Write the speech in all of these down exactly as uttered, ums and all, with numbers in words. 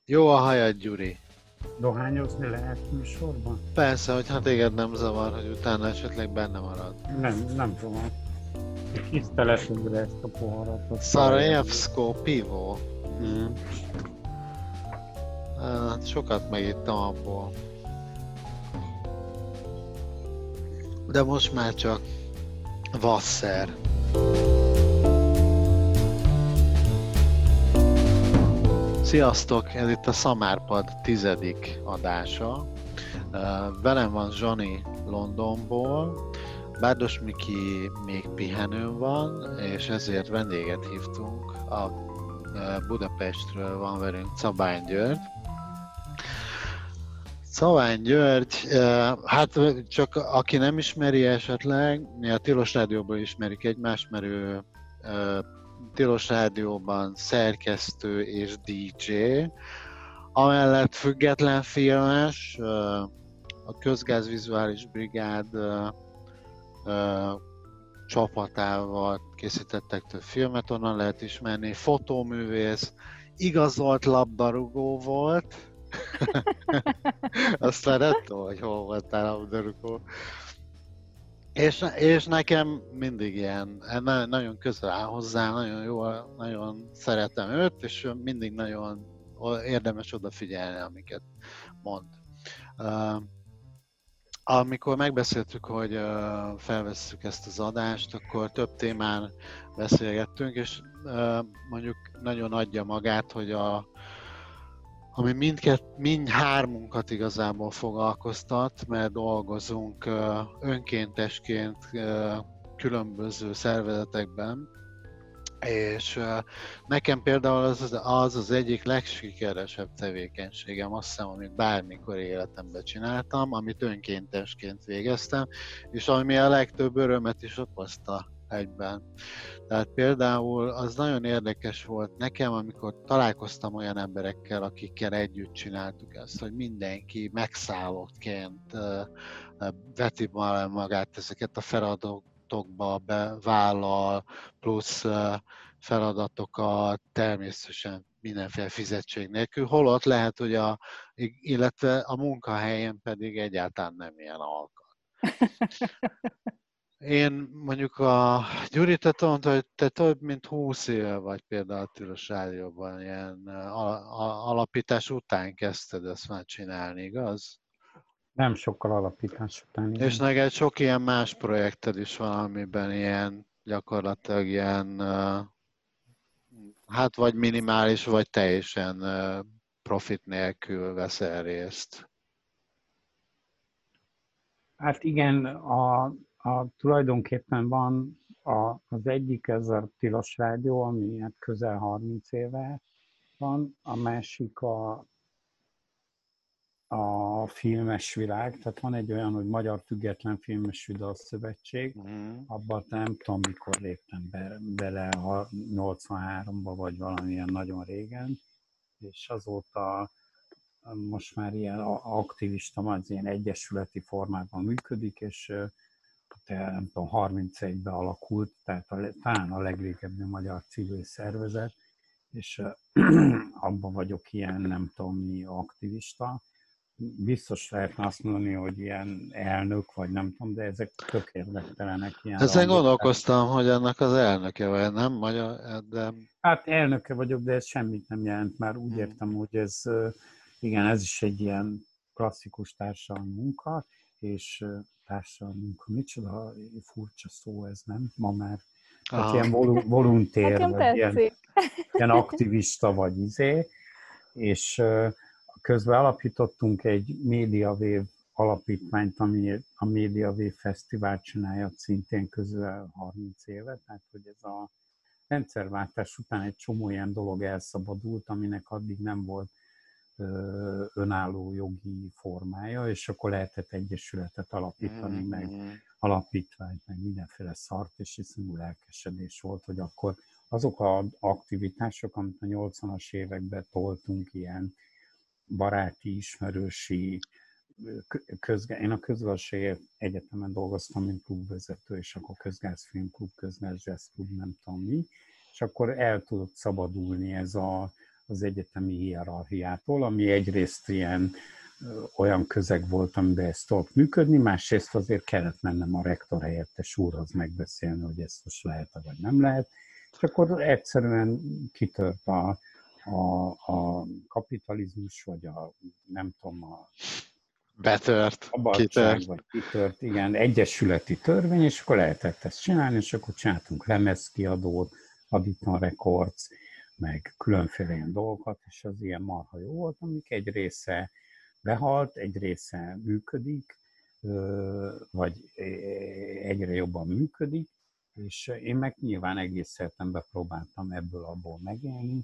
Jó a hajad, Gyuri. Dohányozni lehet műsorban? Persze, hogy hát téged nem zavar, hogy utána esetleg benne marad. Nem, nem tudom. Tiszteletünkre ezt a poharat, a Szarajevó. Szarajevszkó pivó. Mm. Hát sokat megittam abból. De most már csak vasszer. Sziasztok, ez itt a Szamárpad tizedik adása. Velem van Zsani Londonból, Bárdos Miki még pihenőn van, és ezért vendéget hívtunk. A Budapestről van velünk Szabány György. Szabány György, hát csak aki nem ismeri esetleg, mi a Tilos Rádióból ismerik egymást, mert ő Tilos Rádióban szerkesztő és dé dzsé, amellett független filmes, a Közgázvizuális Brigád csapatával készítettek több filmet, onnan lehet ismerni, fotóművész, igazolt labdarúgó volt, aztán nem tudom, hogy hol voltál labdarúgó. És, és nekem mindig ilyen, nagyon közel áll hozzá, nagyon jó, nagyon szeretem őt, és mindig nagyon érdemes odafigyelni, amiket mond. Uh, amikor megbeszéltük, hogy uh, felvesszük ezt az adást, akkor több témán beszélgettünk, és uh, mondjuk nagyon adja magát, hogy a ami mindkett, mind hármunkat igazából foglalkoztat, mert dolgozunk uh, önkéntesként uh, különböző szervezetekben, és uh, nekem például az az, az az egyik legsikeresebb tevékenységem, azt hiszem, amit bármikor életemben csináltam, amit önkéntesként végeztem, és ami a legtöbb örömet is okozta egyben. Tehát például az nagyon érdekes volt nekem, amikor találkoztam olyan emberekkel, akikkel együtt csináltuk ezt, hogy mindenki megszállottként veti magát ezeket a feladatokba, bevállal, plusz feladatokat természetesen mindenféle fizetség nélkül, holott lehet, hogy a, illetve a munkahelyen pedig egyáltalán nem ilyen alkat. Én mondjuk a Gyuri, te mondta, hogy te több mint húsz éve vagy például a Tilos Rádióban, ilyen alapítás után kezdted ezt már csinálni, igaz? Nem sokkal alapítás után. És neked sok ilyen más projekted is van, amiben ilyen gyakorlatilag ilyen, hát vagy minimális, vagy teljesen profit nélkül veszel részt. Hát igen, a, a, tulajdonképpen van a, az egyik, ez a Tilos Rádió, ami hát közel harminc éve van, a másik a, a filmes világ, tehát van egy olyan, hogy Magyar Független Filmes Szövetség, mm. abban nem tudom, mikor léptem be, bele, nyolcvanháromba vagy valamilyen nagyon régen, és azóta most már ilyen aktivista, az ilyen egyesületi formában működik, és nem tudom, harmincegyben alakult, tehát a, talán a legrégebbi magyar civil szervezet, és abban vagyok ilyen, nem tudom mi, aktivista. Biztos lehetne azt mondani, hogy ilyen elnök, vagy nem tudom, de ezek tök érdektelenek. Ezen gondolkoztam, hogy ennek az elnöke vagy, nem magyar, de... Hát elnöke vagyok, de ez semmit nem jelent, már úgy értem, hogy ez, igen, ez is egy ilyen klasszikus társadalmi munka, és társadalmi munka, micsoda furcsa szó ez, nem? Ma már, hát ilyen voluntér, vagy ilyen, ilyen aktivista, vagy izé, és közben alapítottunk egy MediaWave alapítványt, ami a MediaWave Fesztivál csinálja szintén közel harminc éve, tehát hogy ez a rendszerváltás után egy csomó ilyen dolog elszabadult, aminek addig nem volt ö, önálló jogi formája, és akkor lehetett egyesületet alapítani, mm-hmm. meg alapítványt, meg mindenféle szart, és iszonyú lelkesedés volt, hogy akkor azok az aktivitások, amit a nyolcvanas években toltunk, ilyen baráti, ismerősi, közge, én a Közgazdasági Egyetemen dolgoztam, mint klubvezető, és akkor Közgázfilmklub, Közgáz Jazzklub, nem tudom mi, és akkor el tudott szabadulni ez a, az egyetemi hierarchiától, ami egyrészt ilyen olyan közeg volt, amiben ez tudott működni, másrészt azért kellett mennem a rektor helyettes úrhoz megbeszélni, hogy ezt most lehet vagy nem lehet, és akkor egyszerűen kitört a, a, a kapitalizmus, vagy a nem tudom, a Betört, szabadság, kitört. vagy kitört, igen, egyesületi törvény, és akkor lehetett ezt csinálni, és akkor csináltunk lemezkiadót, Aditon Records, meg különféle ilyen dolgokat, és az ilyen marha jó volt, amik egy része behalt, egy része működik, vagy egyre jobban működik, és én meg nyilván egész életemben próbáltam ebből abból megélni.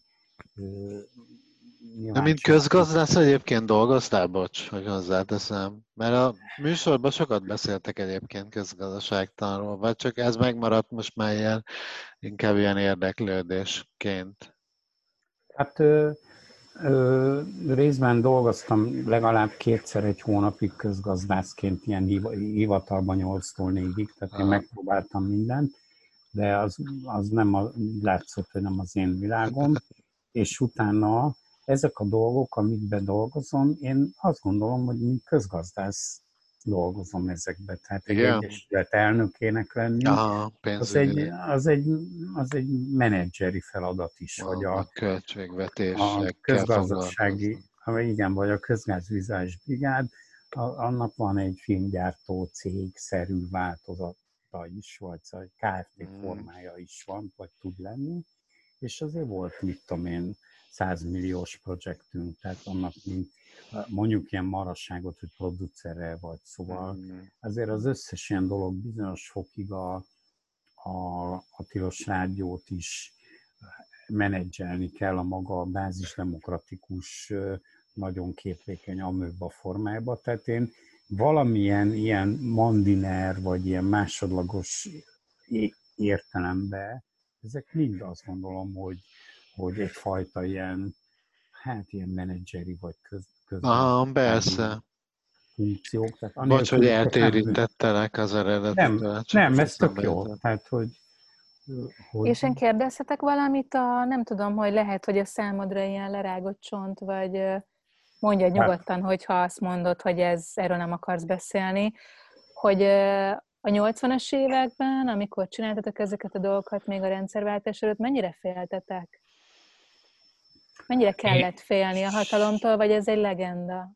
De mint közgazdász egyébként dolgoztál, bocs, hogy hozzáteszem, mert a műsorban sokat beszéltek egyébként közgazdaságtanról, vagy csak ez megmaradt most már ilyen, inkább ilyen érdeklődésként? Hát ö, ö, részben dolgoztam legalább kétszer egy hónapig közgazdászként, ilyen hivatalban nyolctól négyig, tehát én megpróbáltam mindent, de az, az nem a, látszott, hogy nem az én világom, és utána ezek a dolgok, amikben dolgozom, én azt gondolom, hogy mint közgazdász dolgozom ezekbe. Tehát egy Igen? egyesület elnökének lenni, Aha, az, egy, az, egy, az egy menedzseri feladat is, hogy a, a a közgazdasági, igen, vagy a közgázvizuális brigád, a, annak van egy filmgyártó cég-szerű változata is, vagy egy ká ef té formája is van, vagy tud lenni, és azért volt, mit tudom én, százmilliós projektünk, tehát annak mint mondjuk ilyen marasságot, hogy producere vagy, szóval azért az összes ilyen dolog bizonyos fokig a, a, a Tilos Rádiót is menedzselni kell a maga bázisdemokratikus, nagyon képlékeny amöba formájába, tehát én valamilyen ilyen mandiner, vagy ilyen másodlagos értelemben, ezek mind azt gondolom, hogy, hogy egyfajta ilyen, hát ilyen menedzseri vagy köz, közgazdasági funkciók. Tehát bocs, hogy eltérítettelek az eredetitől. Nem, nem ez tök jó. Tehát, hogy, hogy... És én kérdezhetek valamit, a, nem tudom, hogy lehet, hogy a számodra ilyen lerágott csont, vagy mondja nyugodtan, hogyha azt mondod, hogy ez, erről nem akarsz beszélni, hogy a nyolcvanas években, amikor csináltatok ezeket a dolgokat még a rendszerváltás előtt, mennyire féltetek? Mennyire kellett félni a hatalomtól, vagy ez egy legenda?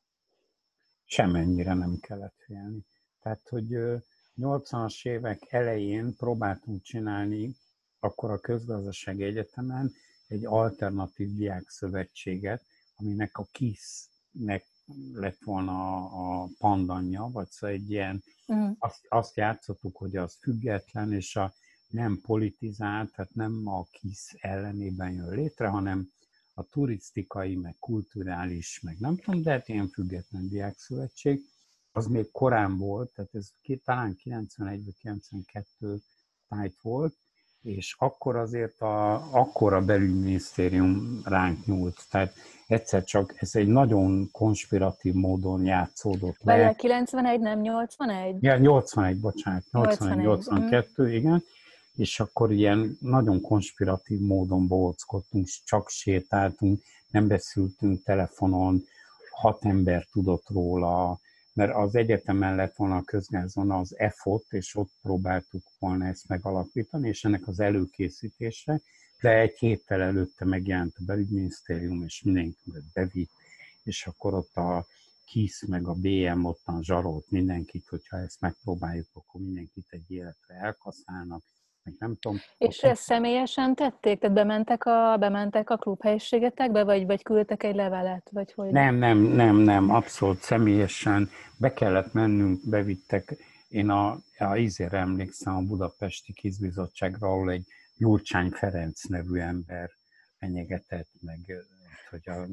Semmennyire nem kellett félni. Tehát, hogy nyolcvanas évek elején próbáltunk csinálni akkor a Közgazdasági Egyetemen egy alternatív diákszövetséget, aminek a KISZ-nek lett volna a pandanja, vagy szóval egy ilyen, uh-huh. azt, azt játszottuk, hogy az független, és a nem politizált, tehát nem a KISZ ellenében jön létre, hanem a turisztikai, meg kulturális, meg nem tudom, de hát ilyen független diákszövetség, az még korán volt, tehát ez talán kilencvenegy vagy kilencvenkettő tájt volt, és akkor azért a, akkor a belügyminisztérium ránk nyúlt. Tehát egyszer csak ez egy nagyon konspiratív módon játszódott le. Várjál, kilencvenegy, nem nyolcvanegy? Ja, nyolcvanegy, bocsánat, nyolcvanegy nyolcvankettő, mm. igen. És akkor ilyen nagyon konspiratív módon bohóckodtunk, csak sétáltunk, nem beszéltünk telefonon, hat ember tudott róla, mert az egyetemen lett volna a közgázon az e f o t, és ott próbáltuk volna ezt megalapítani, és ennek az előkészítésre, de egy héttel előtte megjelent a belügyminisztérium, és mindenkit bevitt, és akkor ott a KISZ meg a bé em ottan zsarolt mindenkit, hogyha ezt megpróbáljuk, akkor mindenkit egy életre elkaszálnak, meg nem tudom. És ezt személyesen tették? Tehát bementek a, bementek a klubhelyiségetekbe, vagy, vagy küldtek egy levelet? Vagy hogy? Nem, nem, nem, nem, abszolút személyesen be kellett mennünk, bevittek. Én a, a ízére emlékszem a Budapesti Kizbizottságra, ahol egy Gyurcsány Ferenc nevű ember fenyegetett, meg hogy a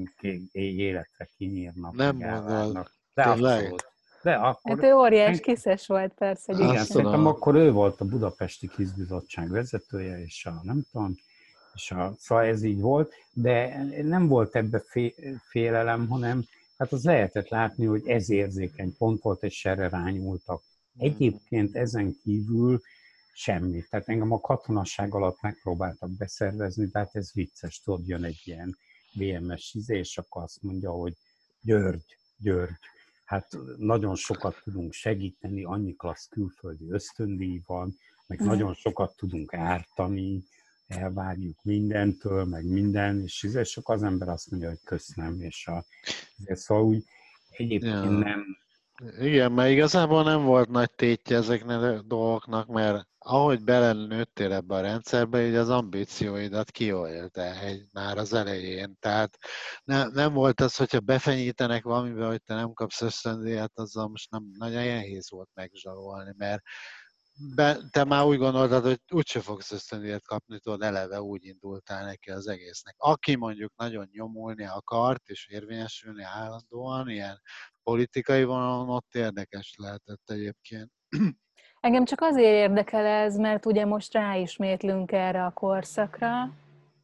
életre kinyírnak, nem meg elvárnak. De tényleg? abszolút. De akkor... Hát ő óriás kiszes volt, persze. Igen, igen szerintem akkor ő volt a Budapesti Kizbizottság vezetője, és a nem tudom, és a, szóval ez így volt, de nem volt ebbe félelem, hanem hát az lehetett látni, hogy ez érzékeny pont volt, és erre rányúltak. Egyébként ezen kívül semmi. Tehát engem a katonasság alatt megpróbáltak beszervezni, tehát ez vicces, tudod, jön egy ilyen vé em es izé, és akkor azt mondja, hogy György, György, hát nagyon sokat tudunk segíteni, annyi klassz külföldi ösztöndíj van, meg mm. nagyon sokat tudunk ártani, elvárjuk mindentől, meg minden, és, és akkor az ember azt mondja, hogy köszönöm, és a, szóval úgy egyébként ja. nem. Igen, mert igazából nem volt nagy tétje ezeknek a dolgoknak, mert ahogy belenőttél ebbe a rendszerbe, így az ambícióidat kiolta egy már az elején. Tehát ne, nem volt az, hogyha befenyítenek valamivel, hogy te nem kapsz ösztöndíjat, azzal most nem nagyon nehéz volt megzsarolni, mert be, te már úgy gondoltad, hogy úgyse fogsz ösztöndíjat kapni, tudod, eleve úgy indultál neki az egésznek. Aki mondjuk nagyon nyomulni akart, és érvényesülni állandóan, ilyen politikai vonalon, ott érdekes lehetett egyébként. Engem csak azért érdekel ez, mert ugye most ráismétlünk erre a korszakra.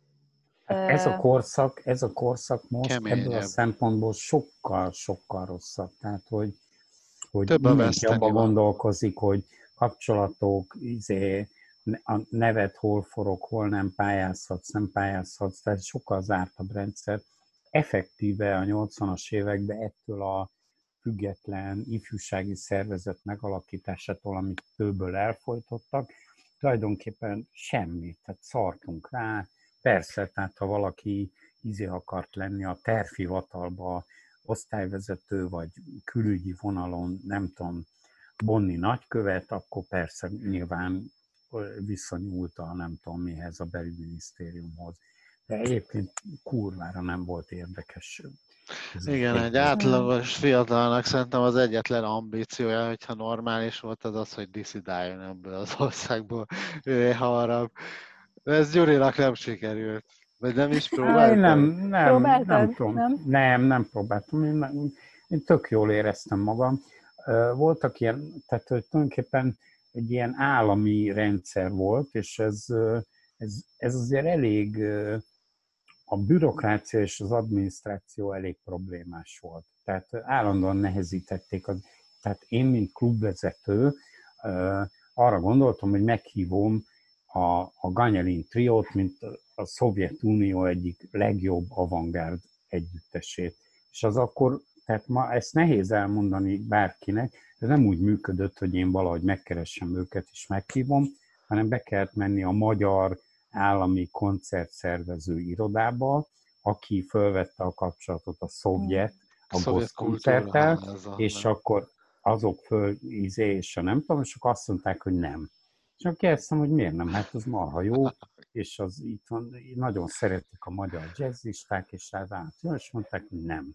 Hát ez a korszak, ez a korszak most Keményebb. ebből a szempontból sokkal, sokkal rosszabb. Tehát, hogy, hogy Több a mindenki abban van. gondolkozik, hogy kapcsolatok, izé, a nevet hol forog, hol nem pályázhatsz, nem pályázhatsz, tehát sokkal zártabb rendszer. Effektíve a nyolcvanas években ettől a független ifjúsági szervezet megalakításától, amit tőből elfojtottak, tulajdonképpen semmit, tehát szartunk rá. Persze, tehát ha valaki izé akart lenni a tervhivatalba, osztályvezető vagy külügyi vonalon, nem tudom, Bonni nagykövet, akkor persze nyilván viszonyult a nem tudom mihez, a belügyminisztériumhoz. De egyébként kurvára nem volt érdekes. Igen, egy átlagos fiatalnak szerintem az egyetlen ambíciója, hogyha normális volt, az az, hogy diszidáljon ebből az országból ő hamarabb. De ez Gyurinak nem sikerült. Vagy nem is próbáltad? Nem, nem, Próbáltad? nem tudom. Nem? nem, nem próbáltam. Én, én tök jól éreztem magam. Voltak ilyen, tehát hogy tulajdonképpen egy ilyen állami rendszer volt, és ez, ez, ez azért elég, a bürokrácia és az adminisztráció elég problémás volt. Tehát állandóan nehezítették. Az, tehát én, mint klubvezető, arra gondoltam, hogy meghívom a, a Ganyelin triót, mint a Szovjetunió egyik legjobb avantgárd együttesét. És az akkor, tehát ma ezt nehéz elmondani bárkinek, ez nem úgy működött, hogy én valahogy megkeressem őket és meghívom, hanem be kellett menni a magyar állami koncertszervező irodába, aki fölvette a kapcsolatot a szovjet, a GOSZ koncerttel, és akkor azok föl izé, és a nem tudom, és akkor azt mondták, hogy nem. És akkor kérdeztem, hogy miért nem, hát az marha jó, és az itt van, nagyon szeretik a magyar jazzisták, és rá és mondták, hogy nem.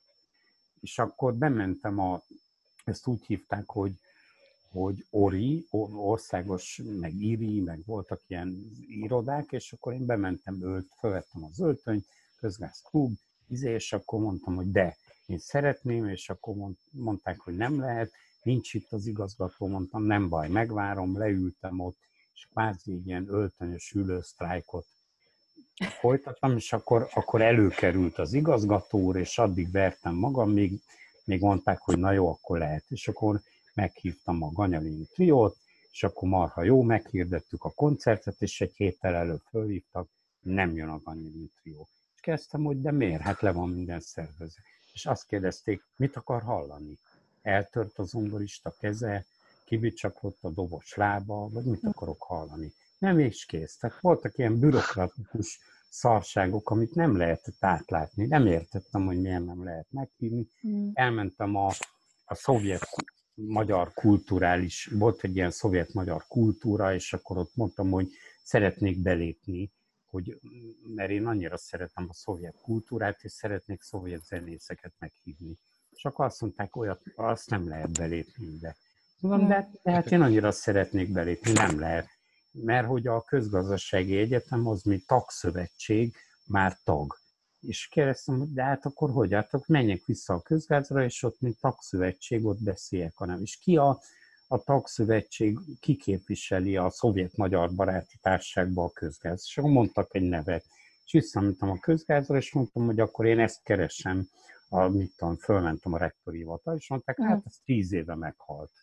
És akkor bementem a, ezt úgy hívták, hogy hogy Ori, országos, meg Iri, meg voltak ilyen irodák, és akkor én bementem, ölt, fölvettem az öltönyt, közgázklub, izé, és akkor mondtam, hogy de, én szeretném, és akkor mondták, hogy nem lehet, nincs itt az igazgató, mondtam, nem baj, megvárom, leültem ott, és kvázi egy ilyen öltönyös ülősztrájkot folytattam, és akkor, akkor előkerült az igazgató úr, és addig vertem magam, még, még mondták, hogy na jó, akkor lehet, és akkor meghívtam a Ganyelin triót, és akkor marha jó, meghirdettük a koncertet, és egy héttel előbb fölhívtak, nem jön a Ganyelin trió. És kezdtem, hogy de miért? Hát le van minden szervező. És azt kérdezték, mit akar hallani? Eltört az zongorista keze, kibicsaklott a dobos lába, vagy mit akarok hallani? Nem, és kész. Tehát voltak ilyen bürokratikus szarságok, amit nem lehetett átlátni. Nem értettem, hogy miért nem lehet meghívni. Elmentem a, a szovjet magyar kulturális, volt egy ilyen szovjet-magyar kultúra, és akkor ott mondtam, hogy szeretnék belépni, hogy, mert én annyira szeretem a szovjet kultúrát, és szeretnék szovjet zenészeket meghívni. És akkor azt mondták, olyat, azt nem lehet belépni ide. Mondom, de, de hát én annyira szeretnék belépni, nem lehet. Mert hogy a közgazdasági egyetem az, mint tagszövetség, már tag. És kérdeztem, hogy de hát akkor hogy? Hát akkor menjek vissza a közgázra, és ott, mint tagszövetség, ott beszéljek, hanem. És ki a, a tagszövetség, ki képviseli a szovjet-magyar baráti társaságban a közgáz? És akkor mondtak egy nevet. És visszamentem a közgázra, és mondtam, hogy akkor én ezt keresem, a, mit tudom, fölmentem a rektori hivatal, és mondták, hát ez tíz éve meghalt.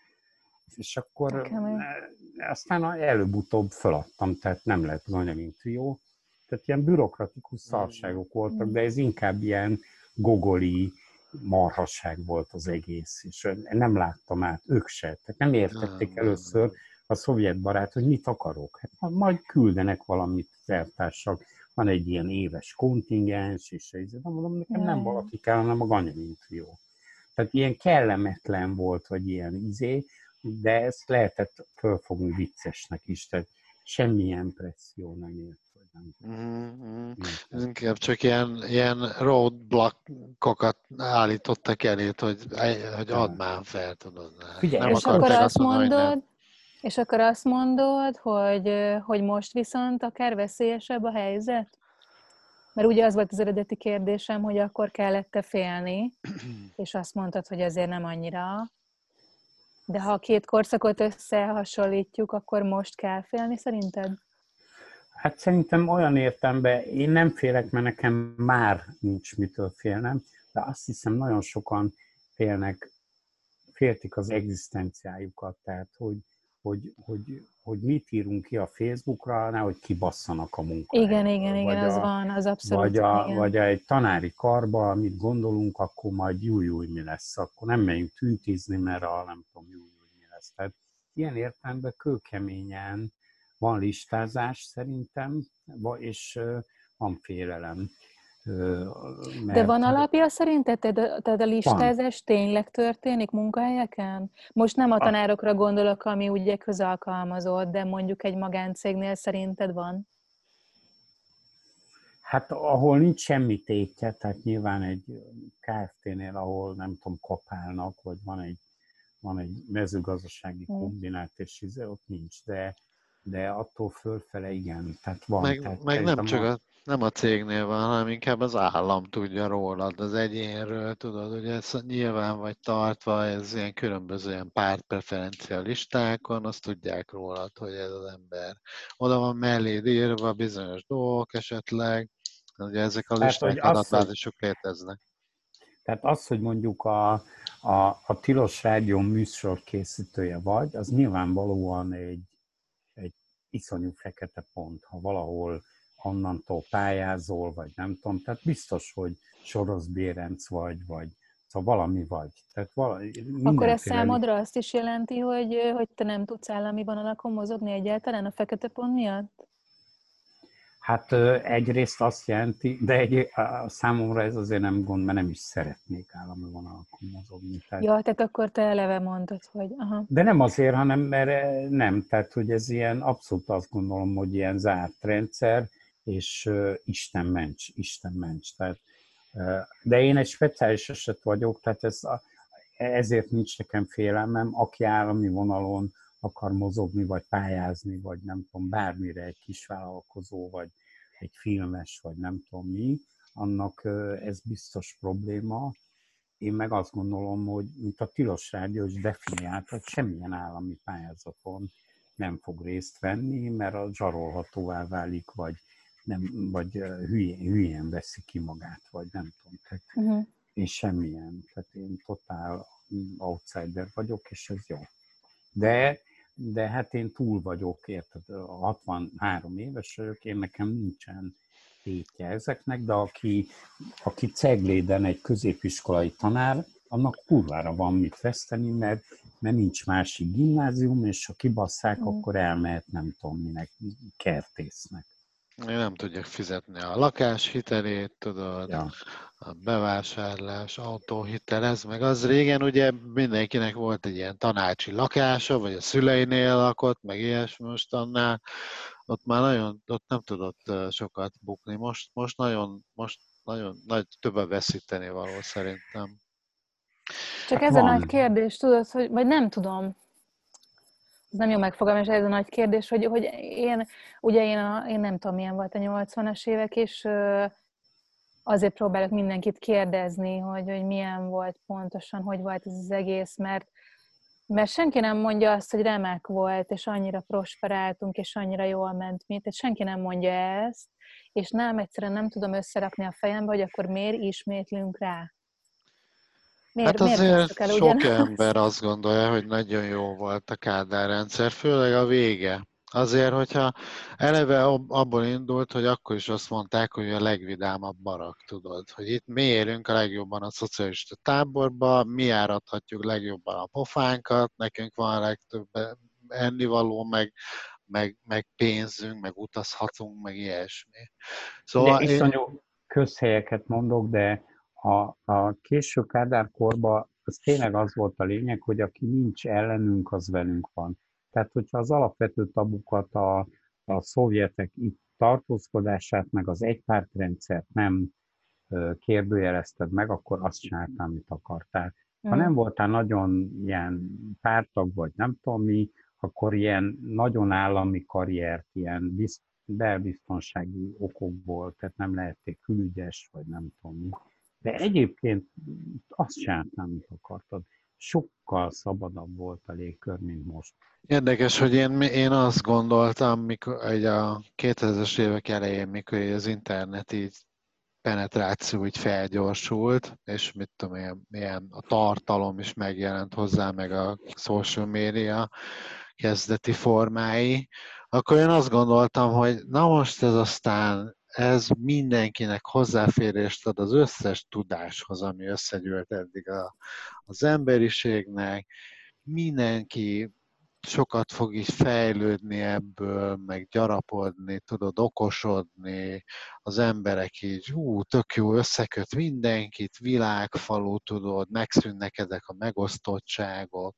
És akkor aztán előbb-utóbb feladtam, tehát nem lett Ganyelin trió, Tehát ilyen bürokratikus szarságok voltak, de ez inkább ilyen gogoli marhasság volt az egész, és nem láttam át, ők se. Tehát nem értették először a szovjet barát, hogy mit akarok. Hát majd küldenek valamit az eltársak, van egy ilyen éves kontingens, és nem mondom, nekem nem valaki kell, hanem a ganyamintrió. Tehát ilyen kellemetlen volt, vagy ilyen izé, de ezt lehetett fölfogni viccesnek is, tehát semmilyen presszió nem ért. Mm-hmm. Ez inkább csak ilyen, ilyen roadblockokat állítottak elét, hogy, hogy add már fel, tudod. Figyelj, és akkor azt mondod, és akkor azt mondod, hogy, hogy most viszont akár veszélyesebb a helyzet? Mert ugye az volt az eredeti kérdésem, hogy akkor kellett-e félni, és azt mondtad, hogy azért nem annyira. De ha a két korszakot összehasonlítjuk, akkor most kell félni szerinted? Hát szerintem olyan értelemben én nem félek, mert nekem már nincs mitől félnem, de azt hiszem nagyon sokan félnek, féltik az egzisztenciájukat, tehát hogy, hogy, hogy, hogy mit írunk ki a Facebookra, nehogy kibasszanak a munkájával. Igen, igen, igen, az van, az abszolút. Vagy, a, vagy egy tanári karba, amit gondolunk, akkor majd júj-júj mi lesz, akkor nem megyünk tüntizni, mert a nem tudom júj-júj mi lesz. Tehát ilyen értelemben kőkeményen van listázás szerintem, és van félelem. Mert... De van alapja szerinted? Tehát a listázás van. Tényleg történik munkahelyeken? Most nem a tanárokra gondolok, ami ugye közalkalmazott, de mondjuk egy magáncégnél szerinted van? Hát ahol nincs semmi tétje, tehát nyilván egy ká ef té-nél, ahol nem tudom, kapálnak, vagy van egy, van egy mezőgazdasági kombinát, és izé, ott nincs, de de attól fölfele igen, tehát van. Meg, tehát meg nem csak a... a, nem a cégnél van, hanem inkább az állam tudja rólad, az egyénről, tudod, hogy ez nyilván vagy tartva, ez ilyen különböző ilyen pártpreferencia listákon, azt tudják rólad, hogy ez az ember. Oda van melléd írva bizonyos dolgok esetleg, ugye ezek a listák adatbázisok léteznek. Tehát az, hogy mondjuk a, a, a Tilos Rádió műsor készítője vagy, az nyilvánvalóan egy iszonyú fekete pont, ha valahol onnantól pályázol, vagy nem tudom, tehát biztos, hogy Soros Bérenc vagy, vagy szóval valami vagy. Tehát valami, akkor ez számodra azt is jelenti, hogy, hogy te nem tudsz állami vonalakon mozogni egyáltalán a fekete pont miatt? Hát egyrészt azt jelenti, de egy, a számomra ez azért nem gond, mert nem is szeretnék állami vonalakon mozogni. Tehát... Ja, tehát akkor te eleve mondtad, hogy... Aha. De nem azért, hanem mert nem, tehát hogy ez ilyen abszolút azt gondolom, hogy ilyen zárt rendszer, és uh, Isten ments, Isten ments. Tehát, uh, de én egy speciális eset vagyok, tehát ez a, ezért nincs nekem félelmem, aki állami vonalon akar mozogni, vagy pályázni, vagy nem tudom, bármire egy kisvállalkozó, vagy egy filmes, vagy nem tudom mi, annak ez biztos probléma. Én meg azt gondolom, hogy mint a Tilos Rádió is definiált, hogy semmilyen állami pályázaton nem fog részt venni, mert a zsarolhatóvá válik, vagy, nem, vagy hülyén, hülyén veszi ki magát, vagy nem tudom. Tehát uh-huh. Én semmilyen, tehát én totál outsider vagyok, és ez jó. De, de hát én túl vagyok, érted, hatvanhárom éves vagyok, én nekem nincsen tétje ezeknek, de aki, aki Cegléden egy középiskolai tanár, annak kurvára van mit veszteni, mert, mert nincs másik gimnázium, és ha kibasszák, mm. akkor elmehet nem tudom minek, kertésznek. Én nem tudják fizetni a lakáshitelét, tudod, ja. A bevásárlás, autóhitel, ez meg az. Régen ugye mindenkinek volt egy ilyen tanácsi lakása, vagy a szüleinél lakott, meg ilyesmi, most annál ott már nagyon, ott nem tudott sokat bukni. Most, most nagyon, most nagyon nagy többet veszíteni való szerintem. Csak ez van. A nagy kérdés, tudod, hogy, vagy nem tudom, ez nem jó megfogalmazás, ez a nagy kérdés, hogy, hogy én, ugye én, a, én nem tudom, milyen volt a nyolcvanas évek, és azért próbálok mindenkit kérdezni, hogy, hogy milyen volt pontosan, hogy volt ez az egész, mert, mert senki nem mondja azt, hogy remek volt, és annyira prosperáltunk, és annyira jól ment mi, tehát senki nem mondja ezt, és nem, egyszerűen nem tudom összerakni a fejembe, hogy akkor miért ismétlünk rá. Miért, hát azért el sok ugyanaz? Ember azt gondolja, hogy nagyon jó volt a Kádár rendszer, főleg a vége. Azért, hogyha eleve abból indult, hogy akkor is azt mondták, hogy a legvidámabb barak, tudod, hogy itt mi élünk a legjobban a szocialista táborba, mi járathatjuk legjobban a pofánkat, nekünk van a legtöbb ennivaló, meg, meg, meg pénzünk, meg utazhatunk, meg ilyesmi. Ugye Szóval én... iszonyú közhelyeket mondok, de a, a késő Kádár korban az tényleg az volt a lényeg, hogy aki nincs ellenünk, az velünk van. Tehát, hogyha az alapvető tabukat, a, a szovjetek itt tartózkodását, meg az egypártrendszert nem kérdőjelezted meg, akkor azt csináltál, amit akartál. Ha nem voltál nagyon ilyen pártag, vagy nem tudom mi, akkor ilyen nagyon állami karriert, ilyen belbiztonsági okokból, tehát nem lehették külügyes, vagy nem tudom mi. De egyébként azt csináltál, amit akartad. Sokkal szabadabb volt a légkör, mint most. Érdekes, hogy én, én azt gondoltam, mikor a kétezres évek elején, mikor az internet így penetráció így felgyorsult, és mit tudom én, milyen a tartalom is megjelent hozzá, meg a social media kezdeti formái, akkor én azt gondoltam, hogy na most ez aztán, ez mindenkinek hozzáférést ad az összes tudáshoz, ami összegyűlt eddig a, az emberiségnek, mindenki sokat fog így fejlődni ebből, meg gyarapodni, tudod, okosodni, az emberek így, hú, tök jó, összeköt mindenkit, világfalu, tudod, megszűnnek ezek a megosztottságok,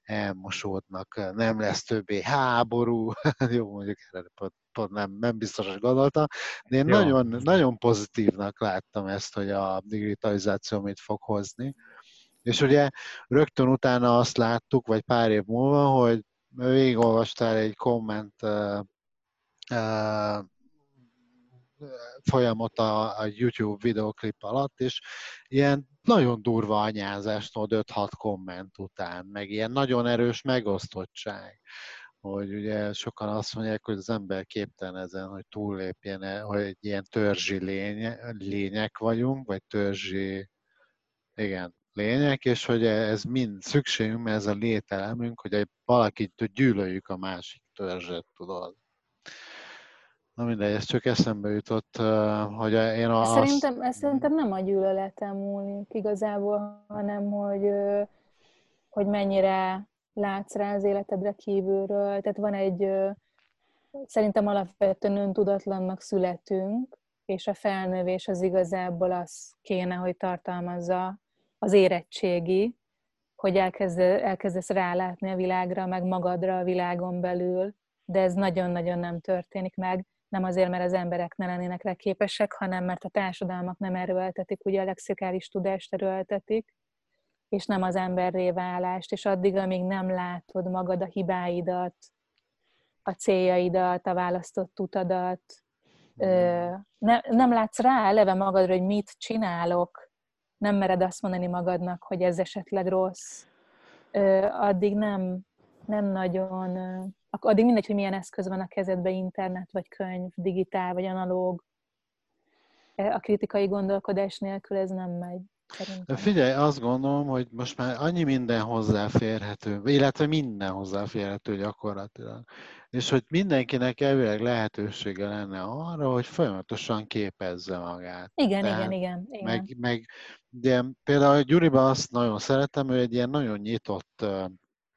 elmosódnak, nem lesz többé háború, jó, mondjuk erre pont, pont nem, nem biztos, hogy gondoltam, de én nagyon, nagyon pozitívnak láttam ezt, hogy a digitalizáció mit fog hozni. És ugye rögtön utána azt láttuk, vagy pár év múlva, hogy végigolvastál egy komment uh, uh, folyamot a, a YouTube videóklip alatt, és ilyen nagyon durva anyázást tudod öt-hat komment után, meg ilyen nagyon erős megosztottság, hogy ugye sokan azt mondják, hogy az ember képtelen ezen, hogy túllépjen, hogy egy ilyen törzsi lény, lények vagyunk, vagy törzsi, igen, lények, és hogy ez mind szükségünk, mert ez a lételemünk, hogy valakit gyűlöljük a másik törzset, tudod. Na mindegy, ez csak eszembe jutott, hogy én azt... Szerintem, ez szerintem nem a gyűlöleten múlik igazából, hanem hogy, hogy mennyire látsz rá az életedre kívülről. Tehát van egy, szerintem alapvetően öntudatlannak születünk, és a felnövés az igazából az kéne, hogy tartalmazza az érettségi, hogy elkezd, elkezdesz rálátni a világra, meg magadra a világon belül, de ez nagyon-nagyon nem történik meg. Nem azért, mert az emberek ne lennének rá képesek, hanem mert a társadalmak nem erőltetik, ugye a lexikális tudást erőltetik, és nem az emberré válást, és addig, amíg nem látod magad a hibáidat, a céljaidat, a választott utadat, ne, nem látsz rá eleve magadra, hogy mit csinálok, nem mered azt mondani magadnak, hogy ez esetleg rossz, addig nem, nem nagyon, addig mindegy, hogy milyen eszköz van a kezedben, internet, vagy könyv, digitál, vagy analóg. A kritikai gondolkodás nélkül ez nem megy. Szerintem. Figyelj, azt gondolom, hogy most már annyi minden hozzáférhető, illetve minden hozzáférhető gyakorlatilag. És hogy mindenkinek elvileg lehetősége lenne arra, hogy folyamatosan képezze magát. Igen, Tehát igen, igen, igen. Meg, meg de például Gyuriba azt nagyon szeretem, ő egy ilyen nagyon nyitott uh,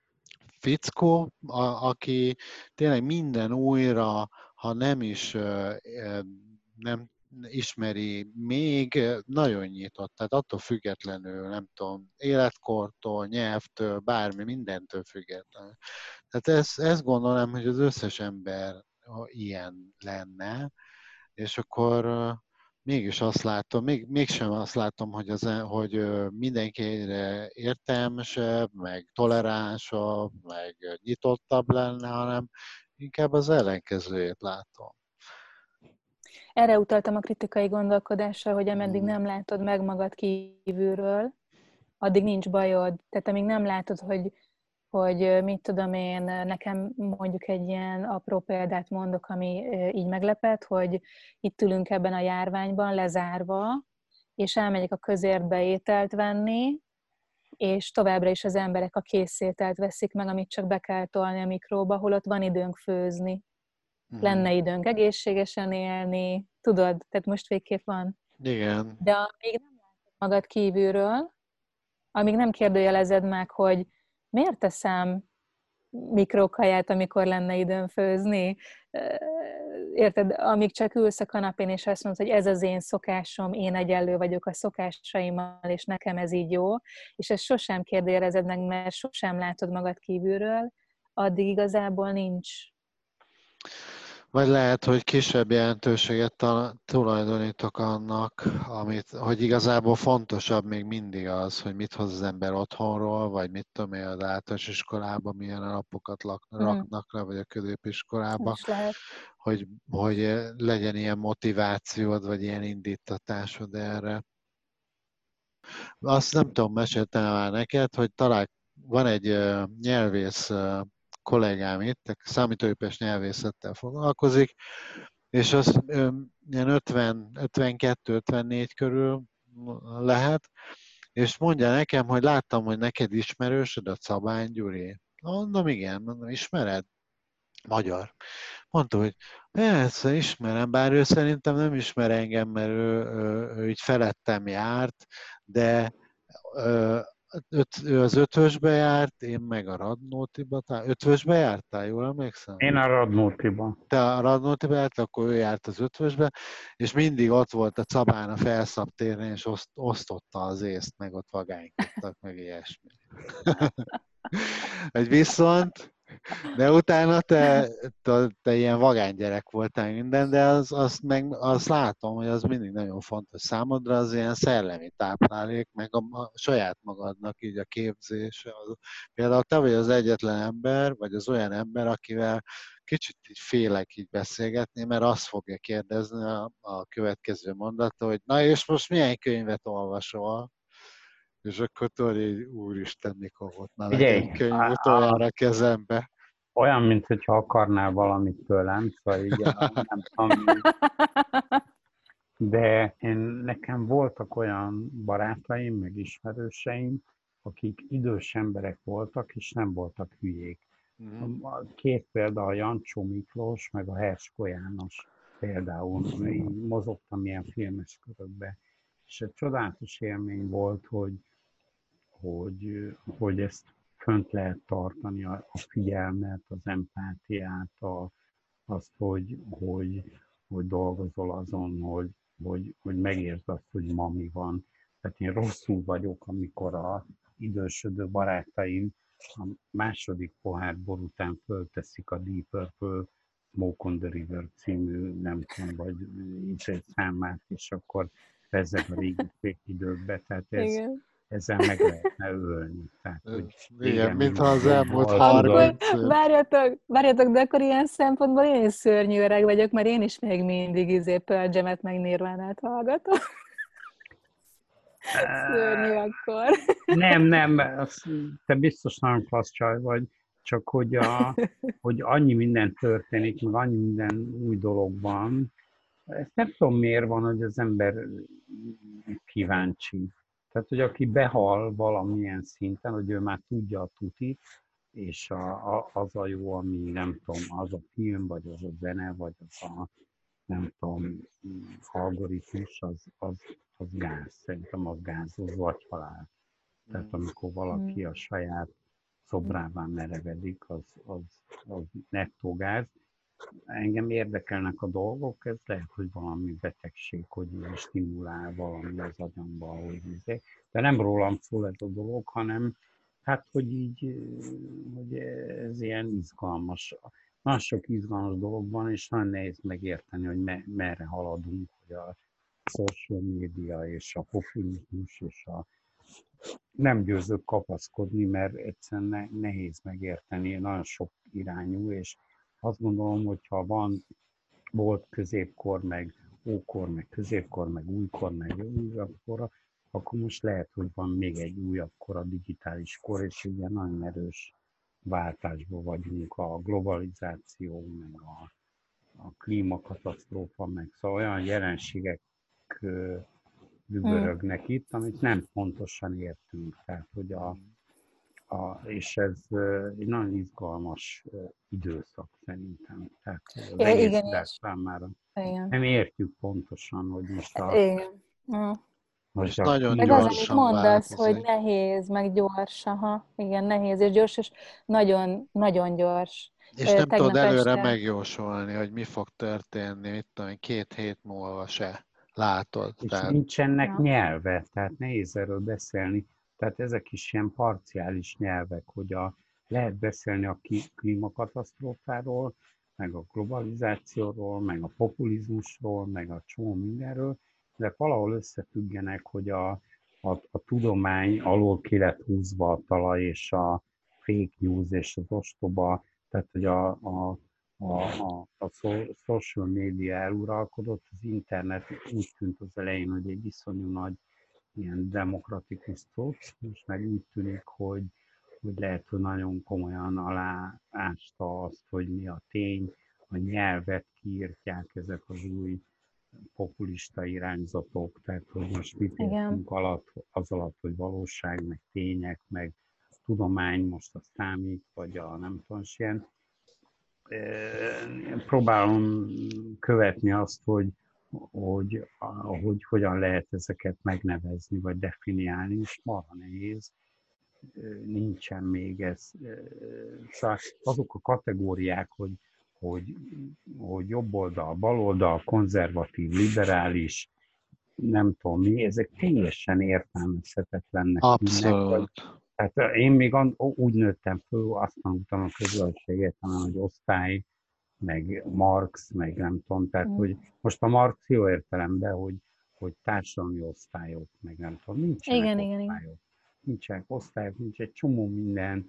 fickó, a, aki tényleg minden újra, ha nem is uh, nem ismeri még, nagyon nyitott, tehát attól függetlenül, nem tudom, életkortól, nyelvtől, bármi, mindentől függetlenül. Tehát ezt, ezt gondolom, hogy az összes ember ilyen lenne, és akkor mégis azt látom, még, mégsem azt látom, hogy, az, hogy mindenki egyre értelmesebb, meg toleránsabb, meg nyitottabb lenne, hanem inkább az ellenkezőjét látom. Erre utaltam a kritikai gondolkodással, hogy ameddig nem látod meg magad kívülről, addig nincs bajod. Tehát amíg nem látod, hogy, hogy mit tudom én, nekem mondjuk egy ilyen apró példát mondok, ami így meglepett, hogy itt ülünk ebben a járványban lezárva, és elmegyek a közértbe ételt venni, és továbbra is az emberek a készételt veszik meg, amit csak be kell tolni a mikróba, holott van időnk főzni. Lenne időnk egészségesen élni, tudod, tehát most végképp van. Igen. De amíg nem látod magad kívülről, amíg nem kérdőjelezed meg, hogy miért teszem mikrokaját, amikor lenne időm főzni, érted, amíg csak ülsz a kanapén, és azt mondod, hogy ez az én szokásom, én egyenlő vagyok a szokásaimmal, és nekem ez így jó, és ezt sosem kérdőjelezed meg, mert sosem látod magad kívülről, addig igazából nincs. Vagy lehet, hogy kisebb jelentőséget tulajdonítok annak, amit, hogy igazából fontosabb még mindig az, hogy mit hoz az ember otthonról, vagy mit tudom én, az általános iskolában milyen alapokat laknak, raknak le, vagy a középiskolában, hogy, hogy legyen ilyen motivációd, vagy ilyen indítatásod erre. Azt nem tudom, meséltem már neked, hogy talán van egy nyelvész kollégám itt, számítógépes nyelvészettel foglalkozik, és az ilyen ötven, ötvenkettő ötvennégy körül lehet, és mondja nekem, hogy láttam, hogy neked ismerősöd a Szabány Gyuri. Mondom, igen, mondom, ismered? Magyar. Mondta, hogy persze, ismerem, bár ő szerintem nem ismer engem, mert ő, ő, ő így felettem járt, de ö, öt, ő az ötösbe járt, én meg a Radnótiba. Ötvösbe jártál, jól emlékszem? Én a Radnótiba. Te a Radnótiba jártál, akkor ő járt az ötvösbe, és mindig ott volt a Cabán a Felszab téren, és oszt, osztotta az észt, meg ott vagánykodtak, meg ilyesmi. Egy viszont, de utána te, te, te ilyen vagány gyerek voltál minden, de az, azt, meg, azt látom, hogy az mindig nagyon fontos számodra, az ilyen szellemi táplálék, meg a, a saját magadnak így a képzése. Az, például te vagy az egyetlen ember, vagy az olyan ember, akivel kicsit így félek így beszélgetni, mert azt fogja kérdezni a, a következő mondatot, hogy na és most milyen könyvet olvasol? És akkor tudod, hogy úristen, mikor volt már legyen könyv utoljára a kezembe. Olyan, mintha akarnál valamit tőlem, szóval így nem tudom. De én, nekem voltak olyan barátaim, meg ismerőseim, akik idős emberek voltak, és nem voltak hülyék. Mm. Két példa a Jancsó Miklós, meg a Herskó János például. Így mozogtam ilyen filmes körökbe. És egy csodálatos élmény volt, hogy Hogy, hogy ezt fönt lehet tartani, a, a figyelmet, az empátiát, a, azt, hogy, hogy, hogy dolgozol azon, hogy, hogy, hogy megértsd azt, hogy ma mi van. Tehát én rosszul vagyok, amikor a idősödő barátaim a második pohár bor után fölteszik a Deep Purple Smoke on the River című, nem tudom, vagy így egy számát, és akkor ezek a régi szép időkbe. Tehát ez, Igen. ezzel meg lehetne ölni. Tehát, hogy igen, mintha az elmúlt harminc év. Várjatok, várjatok, de akkor ilyen szempontból én is szörnyű öreg vagyok, mert én is még mindig izé Pearl Jam-et meg Nirvánát hallgatom. Szörnyű akkor. Nem, nem, te biztos nagyon klassz csaj vagy, csak hogy, a, hogy annyi minden történik, meg annyi minden új dolog van. Ezt nem tudom, miért van, hogy az ember kíváncsi. Tehát, hogy aki behal valamilyen szinten, hogy ő már tudja a tutit, és a, a, az a jó, ami nem tudom, az a film, vagy az a zene, vagy az a, nem tudom, algoritmus, az, az, az gáz. Szerintem az gázol, vagy halál. Tehát amikor valaki a saját szobrában merevedik, az, az, az nettó gáz. Engem érdekelnek a dolgok, ez lehet, hogy valami betegség, hogy stimulál valami az agyamban, hogy izé. De nem rólam szól ez a dolog, hanem hát, hogy így, hogy ez ilyen izgalmas. Nagyon sok izgalmas dolog van, és nagyon nehéz megérteni, hogy me, merre haladunk, hogy a social media és a populizmus és a nem győzök kapaszkodni, mert egyszerűen ne, nehéz megérteni, nagyon sok irányú, és azt gondolom, hogyha van, volt középkor, meg ókor, meg középkor, meg újkor, meg újabb kor, akkor most lehet, hogy van még egy újabb kor, a digitális kor, és ugye nagyon erős váltásban vagyunk, a globalizáció, meg a, a klímakatasztrófa, meg szóval olyan jelenségek dübörögnek hmm. itt, amit nem pontosan értünk. Tehát, hogy a, a, és ez egy nagyon izgalmas időszak szerintem. Tehát az ja, egész igen, világ és... számára. Igen. Nem értjük pontosan, hogy most a... Igen. Mm. És nagyon meg az, amit gyorsan mondasz, változik. hogy nehéz, meg gyors, aha, igen, nehéz és gyors, és nagyon, nagyon gyors. És nem Tegnap tudod előre este... megjósolni, hogy mi fog történni, mit tudom, két hét múlva se látod. És tehát... nincsenek ja. nyelve, tehát nehéz erről beszélni. Tehát ezek is ilyen parciális nyelvek, hogy a, lehet beszélni a klímakatasztrófáról, meg a globalizációról, meg a populizmusról, meg a csomó mindenről, de valahol összefüggenek, hogy a, a, a tudomány alól ki lett húzva a talaj, és a fake news és az ostoba, tehát hogy a, a A, a, a social media eluralkodott, az internet úgy tűnt az elején, hogy egy iszonyú nagy ilyen demokratikus cucc, és meg úgy tűnik, hogy, hogy lehet, hogy nagyon komolyan aláásta azt, hogy mi a tény, a nyelvet kiírtják ezek az új populista irányzatok, tehát hogy most mit értünk alatt, az alatt, hogy valóság, meg tények, meg tudomány most a számít, vagy a nem tudom, ilyen. Próbálom követni azt, hogy, hogy, hogy hogyan lehet ezeket megnevezni, vagy definiálni, és marha nehéz. Nincsen még ez. Szóval azok a kategóriák, hogy, hogy, hogy jobboldal, baloldal, konzervatív, liberális, nem tudom mi, ezek teljesen értelmezhetetlennek Abszolút. Tehát én még úgy nőttem föl, azt tanultam a közölséget, hogy osztály, meg Marx, meg nem tudom, tehát mm. hogy most a Marx jó értelemben, hogy, hogy társadalmi osztályok, meg nem tudom, nincsenek igen, osztályok. Igen, igen. Nincsenek osztályok, nincs egy csomó minden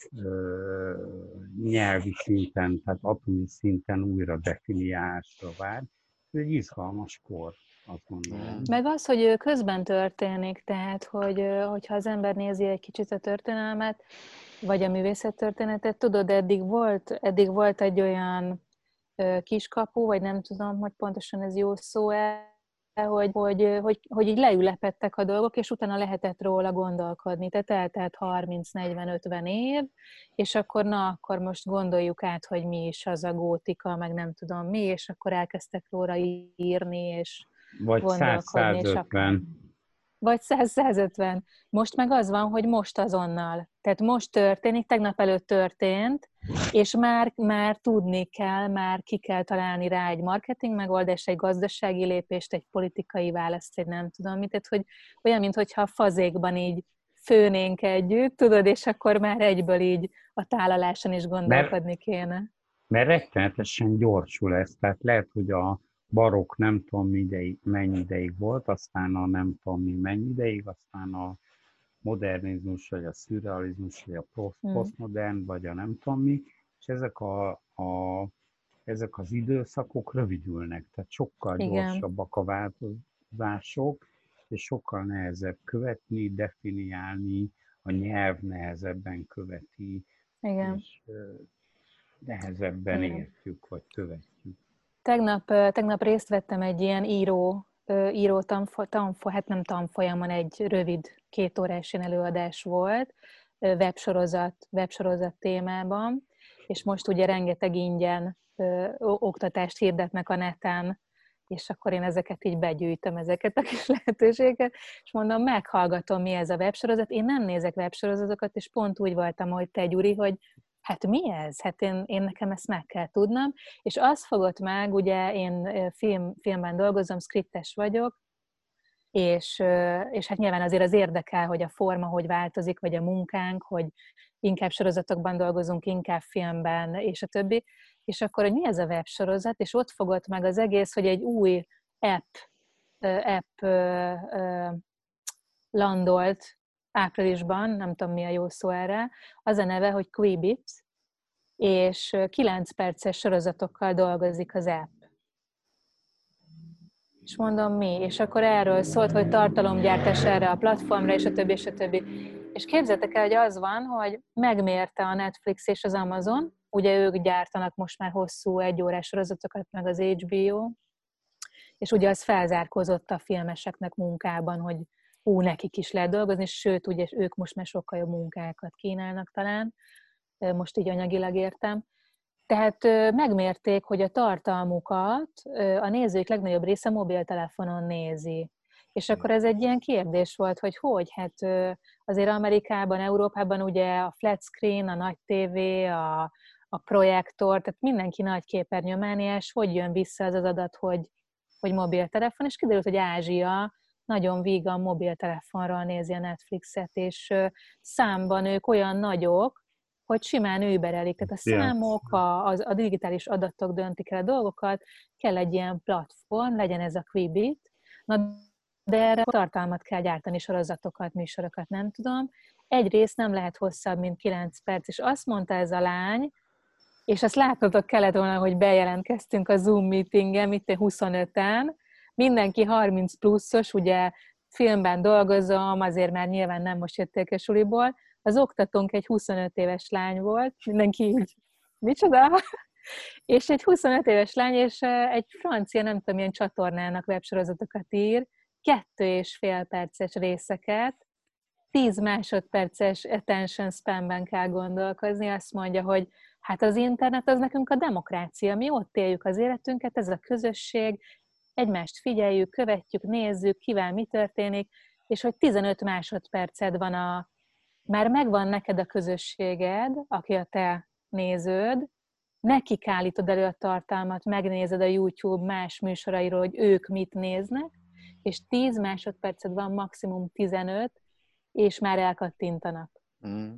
ö, nyelvi szinten, tehát atomi szinten újra definiálásra vár. Ez egy izgalmas kor. Azt mondom. Meg az, hogy közben történik, tehát, hogy, hogyha az ember nézi egy kicsit a történelmet, vagy a művészettörténetet, tudod, eddig volt, eddig volt egy olyan kiskapu, vagy nem tudom, hogy pontosan ez jó szó-e, hogy, hogy, hogy, hogy így leülepedtek a dolgok, és utána lehetett róla gondolkodni. Tehát eltelt harminc negyven ötven év, és akkor na, akkor most gondoljuk át, hogy mi is az a gótika, meg nem tudom mi, és akkor elkezdtek róla írni, és vagy gondolkodni, és akár... Vagy száz százötven. Most meg az van, hogy most azonnal. Tehát most történik, tegnap előtt történt, és már, már tudni kell, már ki kell találni rá egy marketing megoldást, egy gazdasági lépést, egy politikai választ, egy nem tudom mit. Tehát, hogy olyan, mintha a fazékban így főnénk együtt, tudod, és akkor már egyből így a tálaláson is gondolkodni kéne. Mert rettenetesen gyorsul ez, tehát lehet, hogy a barokk nem tudom ideig, mennyi ideig volt, aztán a nem tudom mi mennyi ideig, aztán a modernizmus, vagy a szürrealizmus, vagy a posztmodern, vagy a nem tudom mi, és ezek, a, a, ezek az időszakok rövidülnek, tehát sokkal Igen. gyorsabbak a változások, és sokkal nehezebb követni, definiálni, a nyelv nehezebben követi, Igen. és nehezebben Igen. értjük, vagy követjük. Tegnap, tegnap részt vettem egy ilyen író, író tanfo, tanfo, hát nem tanfolyamon, egy rövid két órás előadás volt, websorozat, websorozat témában, és most ugye rengeteg ingyen ö, oktatást hirdetnek a neten, és akkor én ezeket így begyűjtöm, ezeket a kis lehetőségeket, és mondom, meghallgatom, mi ez a websorozat. Én nem nézek websorozatokat, és pont úgy voltam, hogy te, Gyuri, hogy hát mi ez? Hát én, én nekem ezt meg kell tudnom. És az fogott meg, ugye én film, filmben dolgozom, skriptes vagyok, és, és hát nyilván azért az érdekel, hogy a forma hogy változik, vagy a munkánk, hogy inkább sorozatokban dolgozunk, inkább filmben, és a többi. És akkor, hogy mi ez a websorozat, és ott fogott meg az egész, hogy egy új app, app landolt áprilisban, nem tudom mi a jó szó erre, az a neve, hogy Quibbit, és kilenc perces sorozatokkal dolgozik az app. És mondom, mi? És akkor erről szólt, hogy tartalomgyártás erre a platformra, és a többi, és a többi. És képzeljétek el, hogy az van, hogy megmérte a Netflix és az Amazon, ugye ők gyártanak most már hosszú egyórás sorozatokat, meg az há bé o, és ugye az felzárkózott a filmeseknek munkában, hogy ú, nekik is lehet dolgozni, sőt, ugye ők most már sokkal jobb munkákat kínálnak talán, most így anyagilag értem. Tehát megmérték, hogy a tartalmukat a nézők legnagyobb része mobiltelefonon nézi. És akkor ez egy ilyen kérdés volt, hogy hogy? Hát azért Amerikában, Európában ugye a flat screen, a nagy tévé, a, a projektor, tehát mindenki nagy képernyőmániás, hogy jön vissza az az adat, hogy, hogy mobiltelefon, és kiderült, hogy Ázsia nagyon vígan mobiltelefonról nézi a Netflixet, és számban ők olyan nagyok, hogy simán überelik. Tehát a számok, a, a, a digitális adatok döntik el a dolgokat, kell egy ilyen platform, legyen ez a Quibi-t, na, de erre tartalmat kell gyártani, sorozatokat, műsorokat, nem tudom. Egyrészt nem lehet hosszabb, mint kilenc perc, és azt mondta ez a lány, és azt látnotok kellett volna, hogy bejelentkeztünk a Zoom meetingen, itt huszonöten, mindenki harminc pluszos, ugye filmben dolgozom, azért már nyilván nem most jötték a suliból, az oktatónk egy huszonöt éves lány volt, mindenki így, micsoda? És egy huszonöt éves lány, és egy francia, nem tudom, milyen csatornának websorozatokat ír, kettő és fél perces részeket, tíz másodperces attention spanben kell gondolkozni, azt mondja, hogy hát az internet az nekünk a demokrácia, mi ott éljük az életünket, ez a közösség, egymást figyeljük, követjük, nézzük, kivel mi történik, és hogy tizenöt másodperced van a már megvan neked a közösséged, aki a te néződ, nekik állítod elő a tartalmat, megnézed a YouTube más műsorairól, hogy ők mit néznek, és tíz másodperced van, maximum tizenöt, és már elkattintanak. Mm.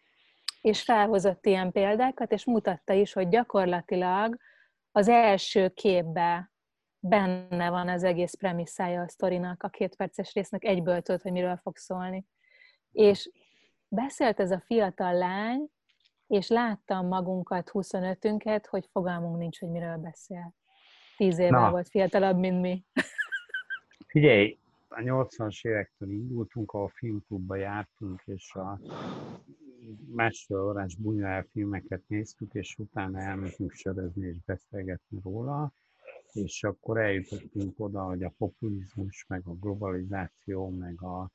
És felhozott ilyen példákat, és mutatta is, hogy gyakorlatilag az első képbe benne van az egész premisszája a sztorinak, a két perces résznek, egyből tudod, hogy miről fog szólni. És beszélt ez a fiatal lány, és láttam magunkat, huszonötünket, hogy fogalmunk nincs, hogy miről beszél. Tíz évvel Na. volt fiatalabb, mint mi. Figyelj, a nyolcvanas évektől indultunk, ahol filmklubba jártunk, és a másfél órás bunyolár filmeket néztük, és utána elmentünk sörözni és beszélgetni róla, és akkor eljutottunk oda, hogy a populizmus, meg a globalizáció, meg a